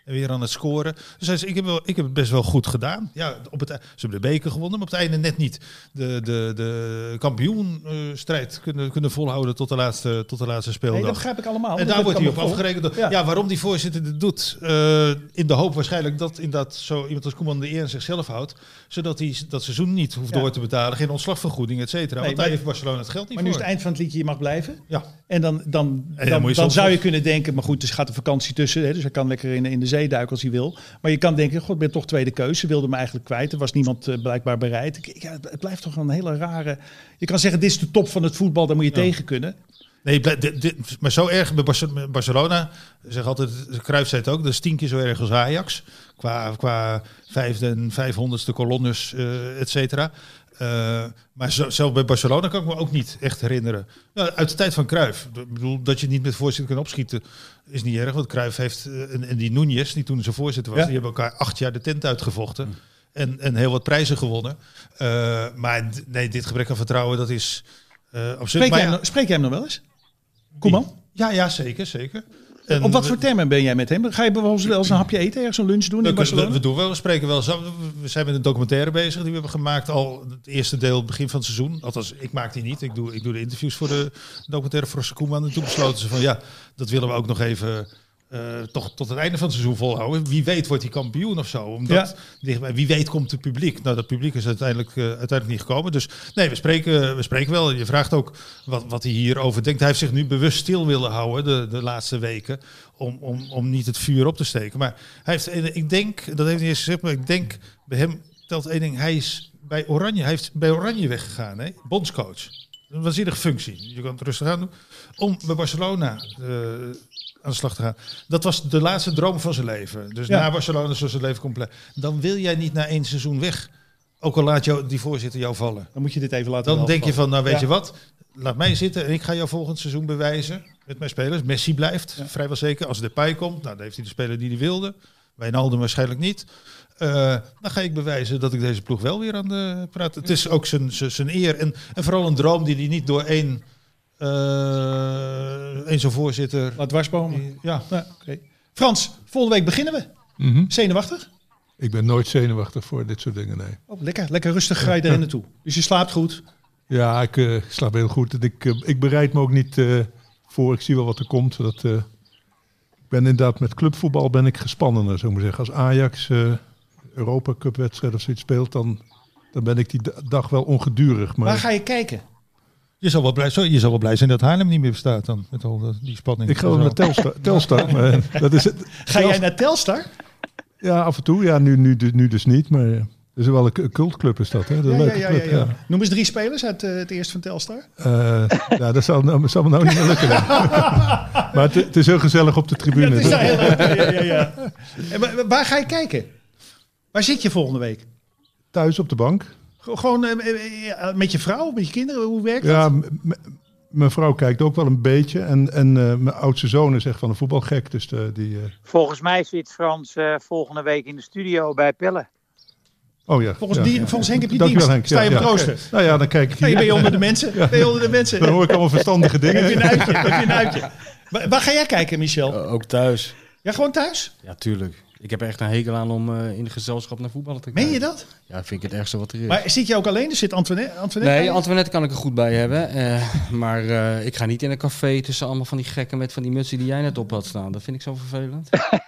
En weer aan het scoren. Dus hij zei, ik heb, wel, ik heb het best wel goed gedaan. Ja, op het, ze hebben de beker gewonnen, maar op het einde net niet de, de, de kampioenstrijd uh, kunnen, kunnen volhouden tot de laatste, tot de laatste speeldag. Nee, dat begrijp ik allemaal. En dat daar wordt hij op allemaal afgerekend. Ja. Ja, waarom die voorzitter dit doet. Uh, in de hoop waarschijnlijk dat inderdaad zo iemand als Koeman de eer aan zichzelf houdt. Zodat hij dat seizoen niet hoeft Ja. door te betalen. Geen ontslagvergoeding, et cetera. Nee, Want maar- daar heeft Barcelona het geld niet Maar nu is voor. het eind van het liedje, je mag blijven. Ja. En dan, dan, dan, dan dan, moet je zo zou je op- kunnen denken, maar goed, er gaat een vakantie tussen. Hè, dus hij kan lekker in, in de zee duiken als hij wil. Maar je kan denken, god, ik ben toch tweede keuze. Ze wilde me eigenlijk kwijt. Er was niemand uh, blijkbaar bereid. Ik, ik, ja, het blijft toch een hele rare... Je kan zeggen, dit is de top van het voetbal, daar moet je Ja. tegen kunnen. Nee, dit, dit, dit- maar zo erg bij Barce- Barcelona, zeg altijd, Cruijff zei het ook, dat is tien keer zo erg als Ajax. Qua, qua vijfde en vijfhonderdste kolonnes, uh, et cetera. Uh, maar zo, zelf bij Barcelona kan ik me ook niet echt herinneren. Nou, uit de tijd van Cruijff. Ik bedoel, dat je niet met voorzitter kan opschieten is niet erg. Want Cruijff heeft, uh, en, en die Núñez, die toen zijn voorzitter was, Ja. die hebben elkaar acht jaar de tent uitgevochten. Mm. En, en heel wat prijzen gewonnen. Uh, maar d- nee, dit gebrek aan vertrouwen, dat is uh, absurd. Spreek, Maar jij ja, hem, spreek jij hem nog wel eens? Koeman? ja, ja, zeker, zeker. En Op wat we- voor termen ben jij met hem? Ga je bijvoorbeeld wel eens een hapje eten, ergens een lunch doen in We, Barcelona? we, we doen wel, we spreken wel. Zo, we zijn met een documentaire bezig die we hebben gemaakt al het eerste deel, begin van het seizoen. Althans, ik maak die niet. Ik doe, ik doe de interviews voor de documentaire voor Koeman. En toen besloten ze van ja, dat willen we ook nog even uh, toch tot het einde van het seizoen volhouden. Wie weet wordt hij kampioen of zo. Omdat dichtbij, wie weet komt het publiek. Nou, dat publiek is uiteindelijk, uh, uiteindelijk niet gekomen. Dus nee, we spreken, we spreken wel. Je vraagt ook wat, wat hij hierover denkt. Hij heeft zich nu bewust stil willen houden de, de laatste weken. Om, om, om niet het vuur op te steken. Maar hij heeft, ik denk, dat heeft hij eens gezegd, maar ik denk bij hem telt één ding. Hij is bij Oranje, hij heeft bij Oranje weggegaan, hè? Bondscoach. Een waanzinnige functie. Je kan het rustig aan doen. Om bij Barcelona uh, aan de slag te gaan. Dat was de laatste droom van zijn leven. Dus Ja. na Barcelona is zijn leven compleet. Dan wil jij niet na één seizoen weg. Ook al laat jou, die voorzitter jou vallen. Dan moet je dit even laten Dan welvallen. denk je van, nou weet Ja. je wat, laat mij zitten en ik ga jou volgend seizoen bewijzen met mijn spelers. Messi blijft, Ja. vrijwel zeker. Als Depay komt, nou, dan heeft hij de speler die hij wilde. Wijnaldum waarschijnlijk niet. Uh, dan ga ik bewijzen dat ik deze ploeg wel weer aan de praat. Het is ook zijn, zijn, zijn eer en, en vooral een droom die hij niet door één, uh, één zo'n voorzitter... Laat dwarsbomen. Ja. Ja, okay. Frans, volgende week beginnen we. Mhm. Zenuwachtig? Ik ben nooit zenuwachtig voor dit soort dingen, nee. Oh, lekker, lekker rustig ga je er naartoe. Dus je slaapt goed. Ja, ik uh, slaap heel goed. En ik, uh, ik bereid me ook niet uh, voor. Ik zie wel wat er komt. Dat, uh, ik ben inderdaad met clubvoetbal ben ik gespannener, zou ik maar zeggen. Als Ajax uh, Europa Cup wedstrijd of zoiets speelt, dan, dan ben ik die d- dag wel ongedurig. Maar Waar ga je kijken? Je zal wel blij, sorry, je zal wel blij zijn dat Haarlem niet meer bestaat dan. Met al de, die spanning. ik ga wel naar Telstar. Telstar maar dat is het. Ga jij naar Telstar? Ja, af en toe. Ja, nu, nu, nu dus niet. Maar uh, dat is wel een k- cultclub is dat, hè? Een Ja, leuke ja, ja, club, ja, ja. ja. Noem eens drie spelers uit uh, het eerste van Telstar. Uh, ja, dat zal, nou, zal me nou niet meer lukken. Maar het, het is heel gezellig op de tribune. Ja, het is daar heel leuk. Ja, ja, ja. En waar, waar ga je kijken? Waar zit je volgende week? Thuis op de bank. Gewoon uh, met je vrouw, met je kinderen? Hoe werkt Ja, dat? m- m- mijn vrouw kijkt ook wel een beetje. En, en uh, mijn oudste zoon is echt van een voetbalgek. Dus de, die... Uh... Volgens mij zit Frans uh, volgende week in de studio bij Pelle. Oh ja. Volgens, ja. die, volgens Henk heb je Dankjewel, dienst. Henk. Sta je Ja, op het ja. rooster? Nou ja, dan kijk ik Ja, hier. je ben je onder de mensen. Ben je onder de mensen? Dan hoor ik allemaal verstandige dingen. Heb je een uitje? Heb je een uitje? Waar, waar ga jij kijken, Michel? Uh, ook thuis. Ja, gewoon thuis? Ja, tuurlijk. Ik heb er echt een hekel aan om uh, in de gezelschap naar voetballen te kijken. Meen je dat? Ja, vind ik het ergste wat er is. Maar zit je ook alleen? Er zit Antoinette, Antoinette bij Nee, je? Antoinette kan ik er goed bij hebben. Uh, maar uh, ik ga niet in een café tussen allemaal van die gekken met van die mutsen die jij net op had staan. Dat vind ik zo vervelend.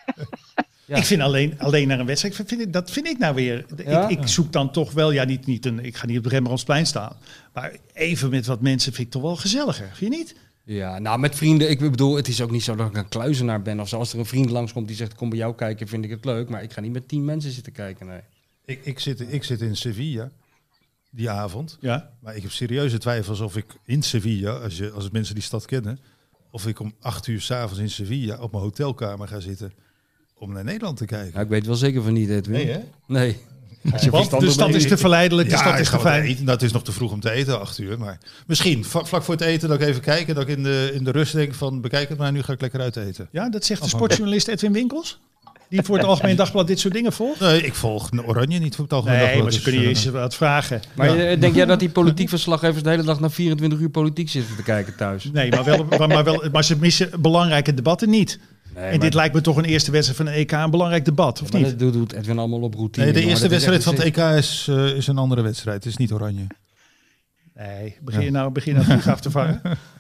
Ja. Ik vind alleen, alleen naar een wedstrijd, vind ik, dat vind ik nou weer. Ja? Ik, ik zoek dan toch wel, ja, niet, niet een, ik ga niet op het Rembrandtsplein staan. Maar even met wat mensen vind ik toch wel gezelliger. Vind je niet? Ja, nou met vrienden, ik bedoel, het is ook niet zo dat ik een kluizenaar ben of zo. Als er een vriend langskomt die zegt, kom bij jou kijken, vind ik het leuk. Maar ik ga niet met tien mensen zitten kijken, nee. Ik, ik, zit, ik zit in Sevilla die avond. Ja. Maar ik heb serieuze twijfels of ik in Sevilla, als, je, als mensen die stad kennen, of ik om acht uur 's avonds in Sevilla op mijn hotelkamer ga zitten om naar Nederland te kijken. Ja, ik weet wel zeker van niet, Edwin. Nee, hè? Nee. Als je Want verstand de stad ermee- is te verleidelijk, de Ja, stad ik is ga te wat fijn. eten. Nou, het is nog te vroeg om te eten, acht uur. Maar misschien va- vlak voor het eten dat ik even kijken, dat ik in de, in de rust denk van bekijk het maar, nu ga ik lekker uit eten. Ja, dat zegt de sportjournalist Edwin Winkels. Die voor het Algemeen Dagblad dit soort dingen volgt. Nee, ik volg Oranje niet voor het algemeen. Nee, dagblad, maar ze dus, kunnen je eh, eens wat vragen. Maar Ja. eh, denk jij dat die politiek verslaggevers de hele dag naar vierentwintig uur politiek zitten te kijken thuis? Nee, maar, wel, maar, wel, maar ze missen belangrijke debatten niet. Nee, en maar- dit lijkt me toch een eerste wedstrijd van een E K een belangrijk debat, of Maar niet? dat doet- doet Edwin allemaal op routine. Nee, de jongen. eerste Dat is wedstrijd echt van het een- E K is, uh, is een andere wedstrijd. Het is niet oranje. Nee, begin je nou, begin nou vlieg af te vangen?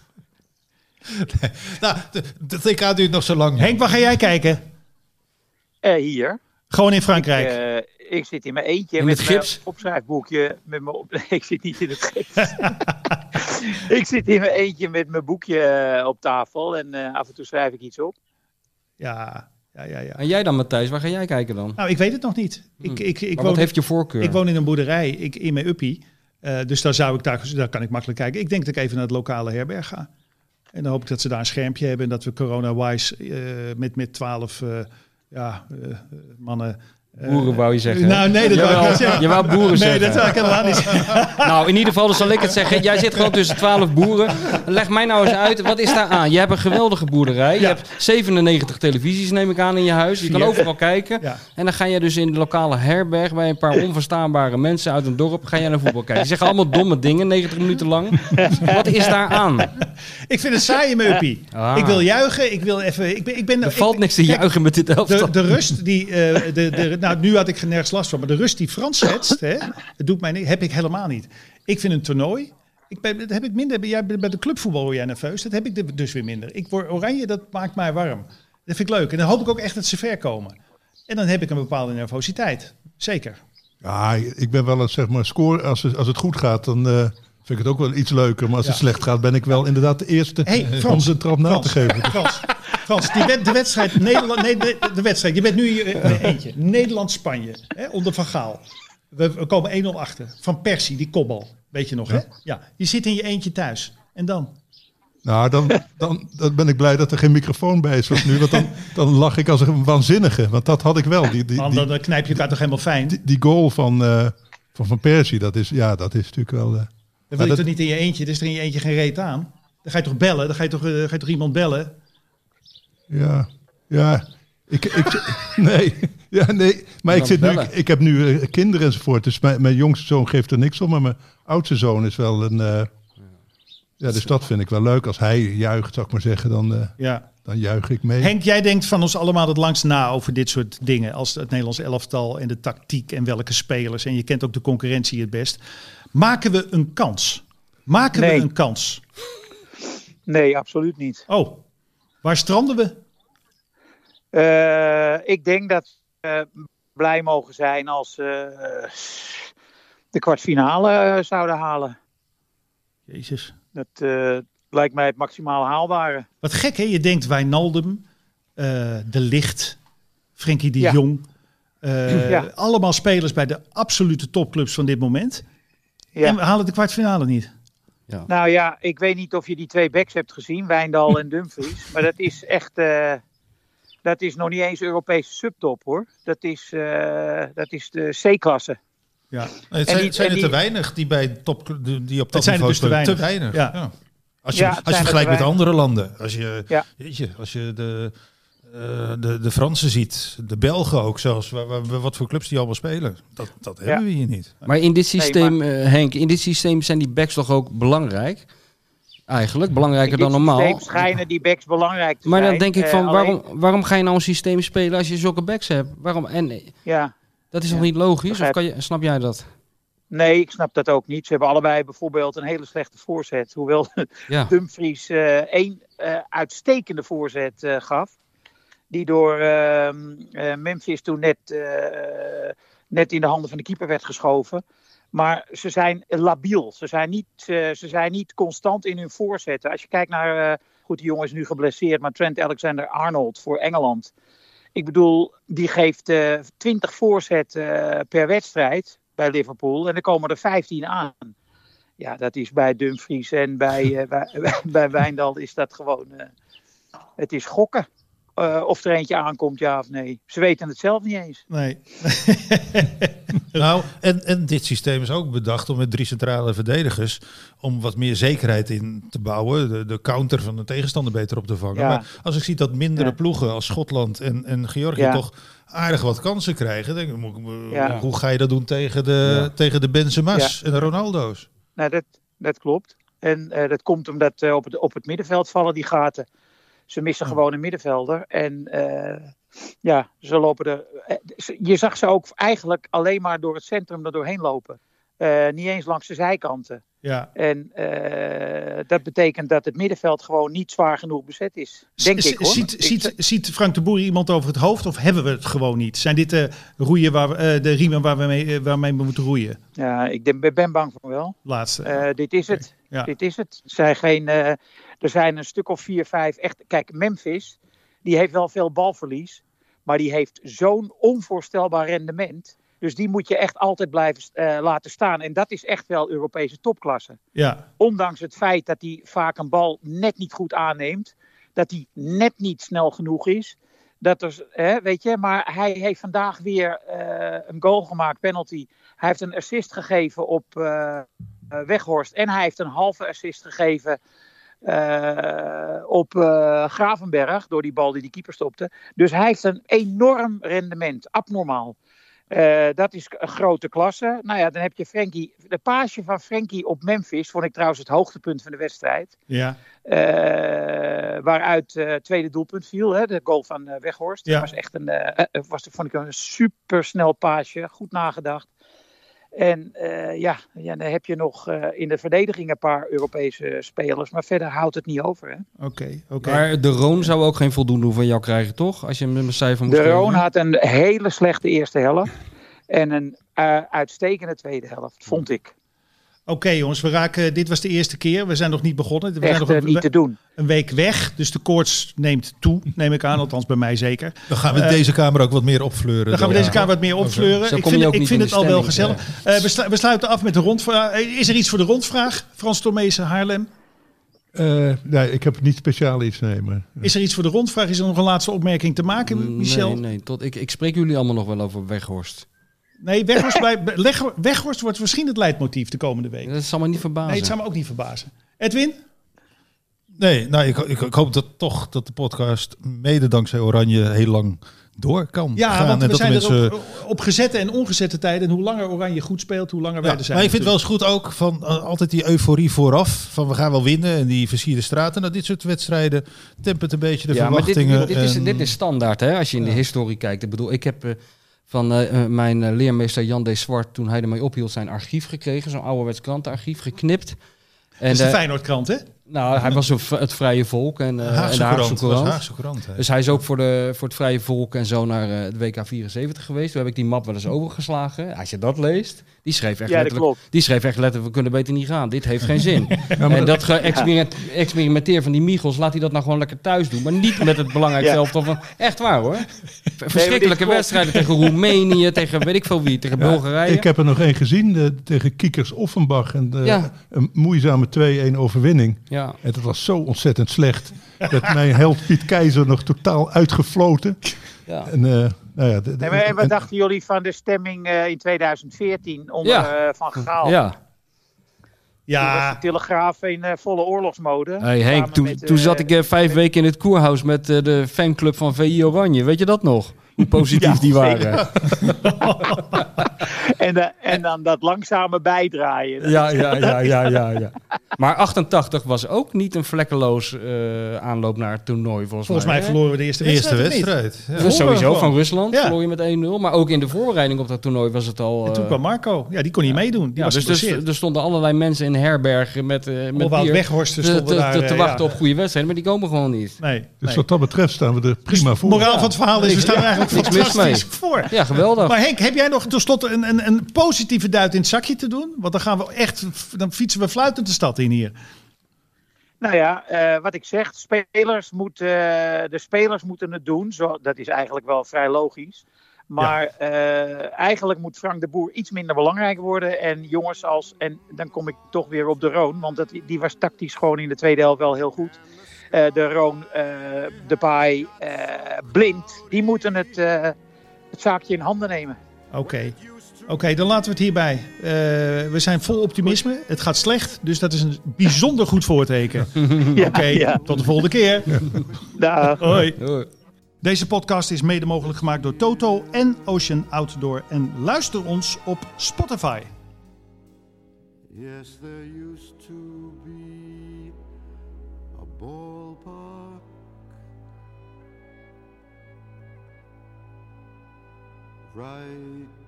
nee. Nou, de, de E K duurt nog zo lang. Henk, waar ga jij kijken? Uh, hier. Gewoon in Frankrijk? Ik, uh, ik zit in mijn eentje In met het mijn gips? opschrijfboekje. Met mijn op... nee, ik zit niet in het gips. Ik zit in mijn eentje met mijn boekje uh, op tafel. En uh, af en toe schrijf ik iets op. Ja, ja, ja. ja. En jij dan, Matthijs? Waar ga jij kijken dan? Nou, ik weet het nog niet. Ik, Hmm. ik, ik, Maar woon, wat heeft je voorkeur? ik woon in een boerderij ik, in mijn uppie. Uh, dus daar, zou ik, daar, daar kan ik makkelijk kijken. Ik denk dat ik even naar het lokale herberg ga. En dan hoop ik dat ze daar een schermpje hebben. En dat we corona-wise uh, met, met twaalf uh, ja, uh, mannen... Uh, Boeren wou je zeggen. Nou, nee, dat wou ik niet zeggen. Je wou boeren nee, zeggen. Nee, dat zou ik helemaal niet zeggen. Nou, in ieder geval, dan zal ik het zeggen. Jij zit gewoon tussen twaalf boeren. Leg mij nou eens uit, wat is daar aan? Je hebt een geweldige boerderij. Je Ja. hebt zevenennegentig televisies, neem ik aan, in je huis. Je kan Vier. overal kijken. Ja. En dan ga je dus in de lokale herberg bij een paar onverstaanbare mensen uit een dorp. Ga je naar voetbal kijken. Die zeggen allemaal domme dingen, negentig minuten lang. Wat is daar aan? Ik vind het saai in mijn uppie. Ah. Ik wil juichen. Ik wil even... Ik ben, ik ben, Er ik- valt niks te kijk, juichen met dit elftal. De, de rust die, uh, de, de, nou nu had ik nergens last van, maar de rust die Frans zetst, hè, dat doet mij niet, heb ik helemaal niet. Ik vind een toernooi, ik ben, dat heb ik minder, bij, jij, bij de clubvoetbal word jij nerveus, dat heb ik de- dus weer minder. Ik word oranje, dat maakt mij warm. Dat vind ik leuk en dan hoop ik ook echt dat ze ver komen. En dan heb ik een bepaalde nervositeit, zeker. Ja, ik ben wel een, zeg maar, score. Als het, als het goed gaat, dan uh, vind ik het ook wel iets leuker. Maar als het Ja. slecht gaat, ben ik wel inderdaad de eerste Hey, om Frans, ze een trap na Frans, te geven. Frans, Frans, die wed- de wedstrijd Nederland, nee, de, de wedstrijd. Je bent nu hier in eentje. Nederland-Spanje, hè, onder Van Gaal. We, we komen één nul achter. Van Persie, die kopbal. Weet je nog, Ja. hè? Ja. Je zit in je eentje thuis. En dan? Nou, dan, dan, dan ben ik blij dat er geen microfoon bij is zoals nu. Want dan, dan lach ik als een waanzinnige. Want dat had ik wel. Die, die, Man, die, dan, dan knijp je elkaar toch helemaal fijn. die, die goal van, uh, van Van Persie, dat is, ja, dat is natuurlijk wel... Uh, Dan wil maar je dat- toch niet in je eentje? Er is er in je eentje geen reet aan. Dan ga je toch bellen? Dan ga je toch, uh, ga je toch iemand bellen? Ja, ja. Ik, ik, nee, ja, nee. Maar ik, Dan zit nu, bellen. ik, ik heb nu uh, kinderen enzovoort. Dus mijn, mijn jongste zoon geeft er niks om. Maar mijn oudste zoon is wel een... Uh, ja, dus dat vind ik wel leuk. Als hij juicht, zou ik maar zeggen, dan, uh, Ja. dan juich ik mee. Henk, jij denkt van ons allemaal het langst na over dit soort dingen. Als het Nederlands elftal en de tactiek en welke spelers. En je kent ook de concurrentie het best. Maken we een kans? Maken Nee. we een kans? Nee, absoluut niet. Oh, waar stranden we? Uh, ik denk dat we uh, blij mogen zijn als uh, de kwartfinale uh, zouden halen. Jezus. Dat uh, lijkt mij het maximaal haalbare. Wat gek, hè? Je denkt Wijnaldum, uh, De Ligt, Frenkie de Ja. Jong. Uh, Ja. Allemaal spelers bij de absolute topclubs van dit moment. Ja. En we halen de kwartfinale niet. Ja. Nou ja, ik weet niet of je die twee backs hebt gezien, Wijndal en Dumfries. Maar dat is echt... Uh, dat is nog niet eens Europese subtop, hoor. Dat is, uh, dat is de C-klasse. Ja. Nee, het En zijn, die- zijn en er die- te weinig die, bij top, die op top zijn er niveau dus te spelen. Te weinig. weinig. Ja. Ja. Als je, Ja, het als je zijn er vergelijkt te met weinig. andere landen. Als je, Ja. weet je, als je de, uh, de, de Fransen ziet, de Belgen ook zelfs. Waar, waar, wat voor clubs die allemaal spelen. Dat, dat hebben Ja. we hier niet. Maar in dit systeem, Nee, eh, Henk, in dit systeem zijn die backs toch ook belangrijk? Eigenlijk, belangrijker In dan dit normaal. systeem schijnen die backs belangrijk te Maar dan zijn. denk ik Uh, van, alleen- waarom, waarom ga je nou een systeem spelen als je zulke backs hebt? Waarom? En eh, Ja. dat is Ja, toch niet logisch? Of begrijp. kan je, snap jij dat? Nee, ik snap dat ook niet. Ze hebben allebei bijvoorbeeld een hele slechte voorzet. Hoewel Ja. Dumfries uh, één uh, uitstekende voorzet uh, gaf. Die door uh, uh, Memphis toen net, uh, net in de handen van de keeper werd geschoven. Maar ze zijn labiel. Ze zijn niet, uh, ze zijn niet constant in hun voorzetten. Als je kijkt naar... Uh, goed, die jongen is nu geblesseerd. Maar Trent Alexander-Arnold voor Engeland. Ik bedoel, die geeft uh, twintig voorzetten uh, per wedstrijd bij Liverpool. En er komen er vijftien aan. Ja, dat is bij Dumfries en bij, uh, bij, bij Wijndal is dat gewoon... Uh, het is gokken. Uh, of er eentje aankomt, ja of nee. Ze weten het zelf niet eens. Nee. Nou, en, en dit systeem is ook bedacht om met drie centrale verdedigers om wat meer zekerheid in te bouwen. De, de counter van de tegenstander beter op te vangen. Ja. Maar als ik zie dat mindere Ja. ploegen als Schotland en, en Georgië Ja. toch aardig wat kansen krijgen. Denk ik, moet ik, Ja. hoe ga je dat doen tegen de, Ja. tegen de Benzema's en de Ronaldo's? Nou, dat, dat klopt. En uh, dat komt omdat uh, op, het, op het middenveld vallen die gaten. Ze missen gewoon een middenvelder. En uh, ja, ze lopen er... Je zag ze ook eigenlijk alleen maar door het centrum er doorheen lopen. Uh, niet eens langs de zijkanten. Ja. En uh, dat betekent dat het middenveld gewoon niet zwaar genoeg bezet is. Denk S- ik hoor. Ziet, ik, ziet, ziet Frank de Boer iemand over het hoofd of hebben we het gewoon niet? Zijn dit de, roeien waar we, uh, de riemen waar we mee, uh, waarmee we moeten roeien? Ja, ik denk, ben bang van wel. Laatste. Uh, dit is het. Ja. Dit is het. Er zijn, geen, uh, er zijn een stuk of vier, vijf echt... Kijk, Memphis, die heeft wel veel balverlies. Maar die heeft zo'n onvoorstelbaar rendement. Dus die moet je echt altijd blijven uh, laten staan. En dat is echt wel Europese topklasse. Ja. Ondanks het feit dat hij vaak een bal net niet goed aanneemt. Dat hij net niet snel genoeg is. Dat er, hè, weet je, maar hij heeft vandaag weer uh, een goal gemaakt, penalty. Hij heeft een assist gegeven op uh, Weghorst. En hij heeft een halve assist gegeven uh, op uh, Gravenberg. Door die bal die de keeper stopte. Dus hij heeft een enorm rendement. Abnormaal. Uh, dat is een grote klasse. Nou ja, dan heb je Frenkie. De paasje van Frenkie op Memphis vond ik trouwens het hoogtepunt van de wedstrijd. Ja. Uh, waaruit het uh, tweede doelpunt viel, hè, de goal van uh, Weghorst. Ja. Dat was echt een, uh, was, vond ik een supersnel paasje, goed nagedacht. En uh, ja, ja, dan heb je nog uh, in de verdediging een paar Europese spelers, maar verder houdt het niet over. Oké, okay, okay. Maar de Roon zou ook geen voldoende van jou krijgen, toch? Als je hem een cijfer moet De geven. Roon had een hele slechte eerste helft en een uh, uitstekende tweede helft, vond ik. Oké okay, jongens, we raken, dit was de eerste keer. We zijn nog niet begonnen. We Echt, zijn nog een, niet te doen. een week weg. Dus de koorts neemt toe, neem ik aan. Althans bij mij zeker. Dan gaan we uh, deze kamer ook wat meer opfleuren. Dan gaan we ja. deze kamer wat meer opfleuren. Zo ik vind, ik vind het de al wel stemming, gezellig. Ja. Uh, we, slu- we sluiten af met de rondvraag. Is er iets voor de rondvraag? Frans Tomezen, Haarlem? Uh, nee, ik heb niet speciaal iets. Nee, maar, uh. Is er iets voor de rondvraag? Is er nog een laatste opmerking te maken, Michel? Nee, nee. Tot, ik, ik spreek jullie allemaal nog wel over Weghorst. Nee, Weghorst, bij, Weghorst wordt misschien het leidmotief de komende week. Dat zal me niet verbazen. Nee, het zal me ook niet verbazen. Edwin? Nee, nou, ik, ik, ik hoop dat toch dat de podcast mede dankzij Oranje heel lang door kan ja, gaan. Want we en dat zijn mensen... er op, op gezette en ongezette tijden. En hoe langer Oranje goed speelt, hoe langer ja, wij er zijn. Maar ik vind het wel eens goed ook van uh, altijd die euforie vooraf. Van we gaan wel winnen en die versierde straten. Nou, dit soort wedstrijden tempert een beetje de ja, verwachtingen. Maar dit, dit, is, en... dit is standaard, hè? Als je in ja. de historie kijkt. Ik bedoel, ik heb... Uh, van uh, mijn uh, leermeester Jan D. Zwart, toen hij ermee ophield, zijn archief gekregen. Zo'n ouderwets krantenarchief, geknipt. En dat is de uh, Feyenoordkrant, hè? Nou, hij was v- het Vrije Volk en, uh, Haagse en de Haagse Courant. Haagse Courant dus hij is ook voor, de, voor het Vrije Volk en zo naar uh, het W K vierenzeventig geweest. Toen heb ik die map wel eens overgeslagen. Als je dat leest, die schreef echt ja, letterlijk... Die schreef echt letterlijk, we kunnen beter niet gaan. Dit heeft geen zin. Ja, en dat ge-experiment, experimenteer van die Michels, laat hij dat nou gewoon lekker thuis doen. Maar niet met het belangrijkste ja. elftal van... Echt waar, hoor. Verschrikkelijke nee, wedstrijden tegen Roemenië, tegen weet ik veel wie, tegen ja, Bulgarije. Ik heb er nog één gezien, de, tegen Kiekers Offenbach. En de, ja. een moeizame twee-een overwinning. Ja. En dat was zo ontzettend slecht. Dat mijn held Piet Keizer nog totaal uitgefloten. Ja. En, uh, nou ja, de, de, nee, maar, en wat en, dachten jullie van de stemming uh, in tweeduizend veertien onder ja. uh, Van Gaal? Ja. Ja. Toen was de Telegraaf in uh, volle oorlogsmode. Hey Henk, toen, met, uh, toen zat ik uh, vijf met... weken in het koerhuis met uh, de fanclub van V I Oranje. Weet je dat nog? Hoe positief ja, die waren. en, de, en dan dat langzame bijdraaien. Ja, ja, ja, ja, ja, ja. Maar achtentachtig was ook niet een vlekkeloos uh, aanloop naar het toernooi. Volgens, volgens mij, mij verloren we de eerste wedstrijd. Eerste wedstrijd. Ja. Dus sowieso van Rusland ja. verloor je met één nul. Maar ook in de voorbereiding op dat toernooi was het al... Uh, en toen kwam Marco. Ja, die kon niet meedoen. Die ja, was dus, dus er stonden allerlei mensen in herbergen met, uh, met bier Weghorsten te, te, daar, te, te uh, wachten ja. op goede wedstrijden. Maar die komen gewoon niet. Nee. Dus nee. wat dat betreft staan we er prima dus voor. De moraal ja. van het verhaal is, we staan er eigenlijk niks fantastisch voor. Ja, geweldig. Maar Henk, heb jij nog tenslotte een, een, een positieve duit in het zakje te doen? Want dan gaan we echt, dan fietsen we fluitend de stad in hier. Nou ja, uh, wat ik zeg, spelers moeten, uh, de spelers moeten het doen. Zo, dat is eigenlijk wel vrij logisch. Maar ja. uh, eigenlijk moet Frank de Boer iets minder belangrijk worden. En jongens als, en dan kom ik toch weer op de Roon. Want dat, die was tactisch gewoon in de tweede helft wel heel goed. Uh, de Roon, uh, Depay, uh, Blind, die moeten het, uh, het zaakje in handen nemen. Oké. Okay. Oké, okay, dan laten we het hierbij. Uh, we zijn vol optimisme. Het gaat slecht, dus dat is een bijzonder goed voorteken. ja, Oké, okay, ja. Tot de volgende keer. Dag. Hoi. Hoi. Deze podcast is mede mogelijk gemaakt door Toto en Ocean Outdoor. En luister ons op Spotify. Yes, there used to be a ballpark right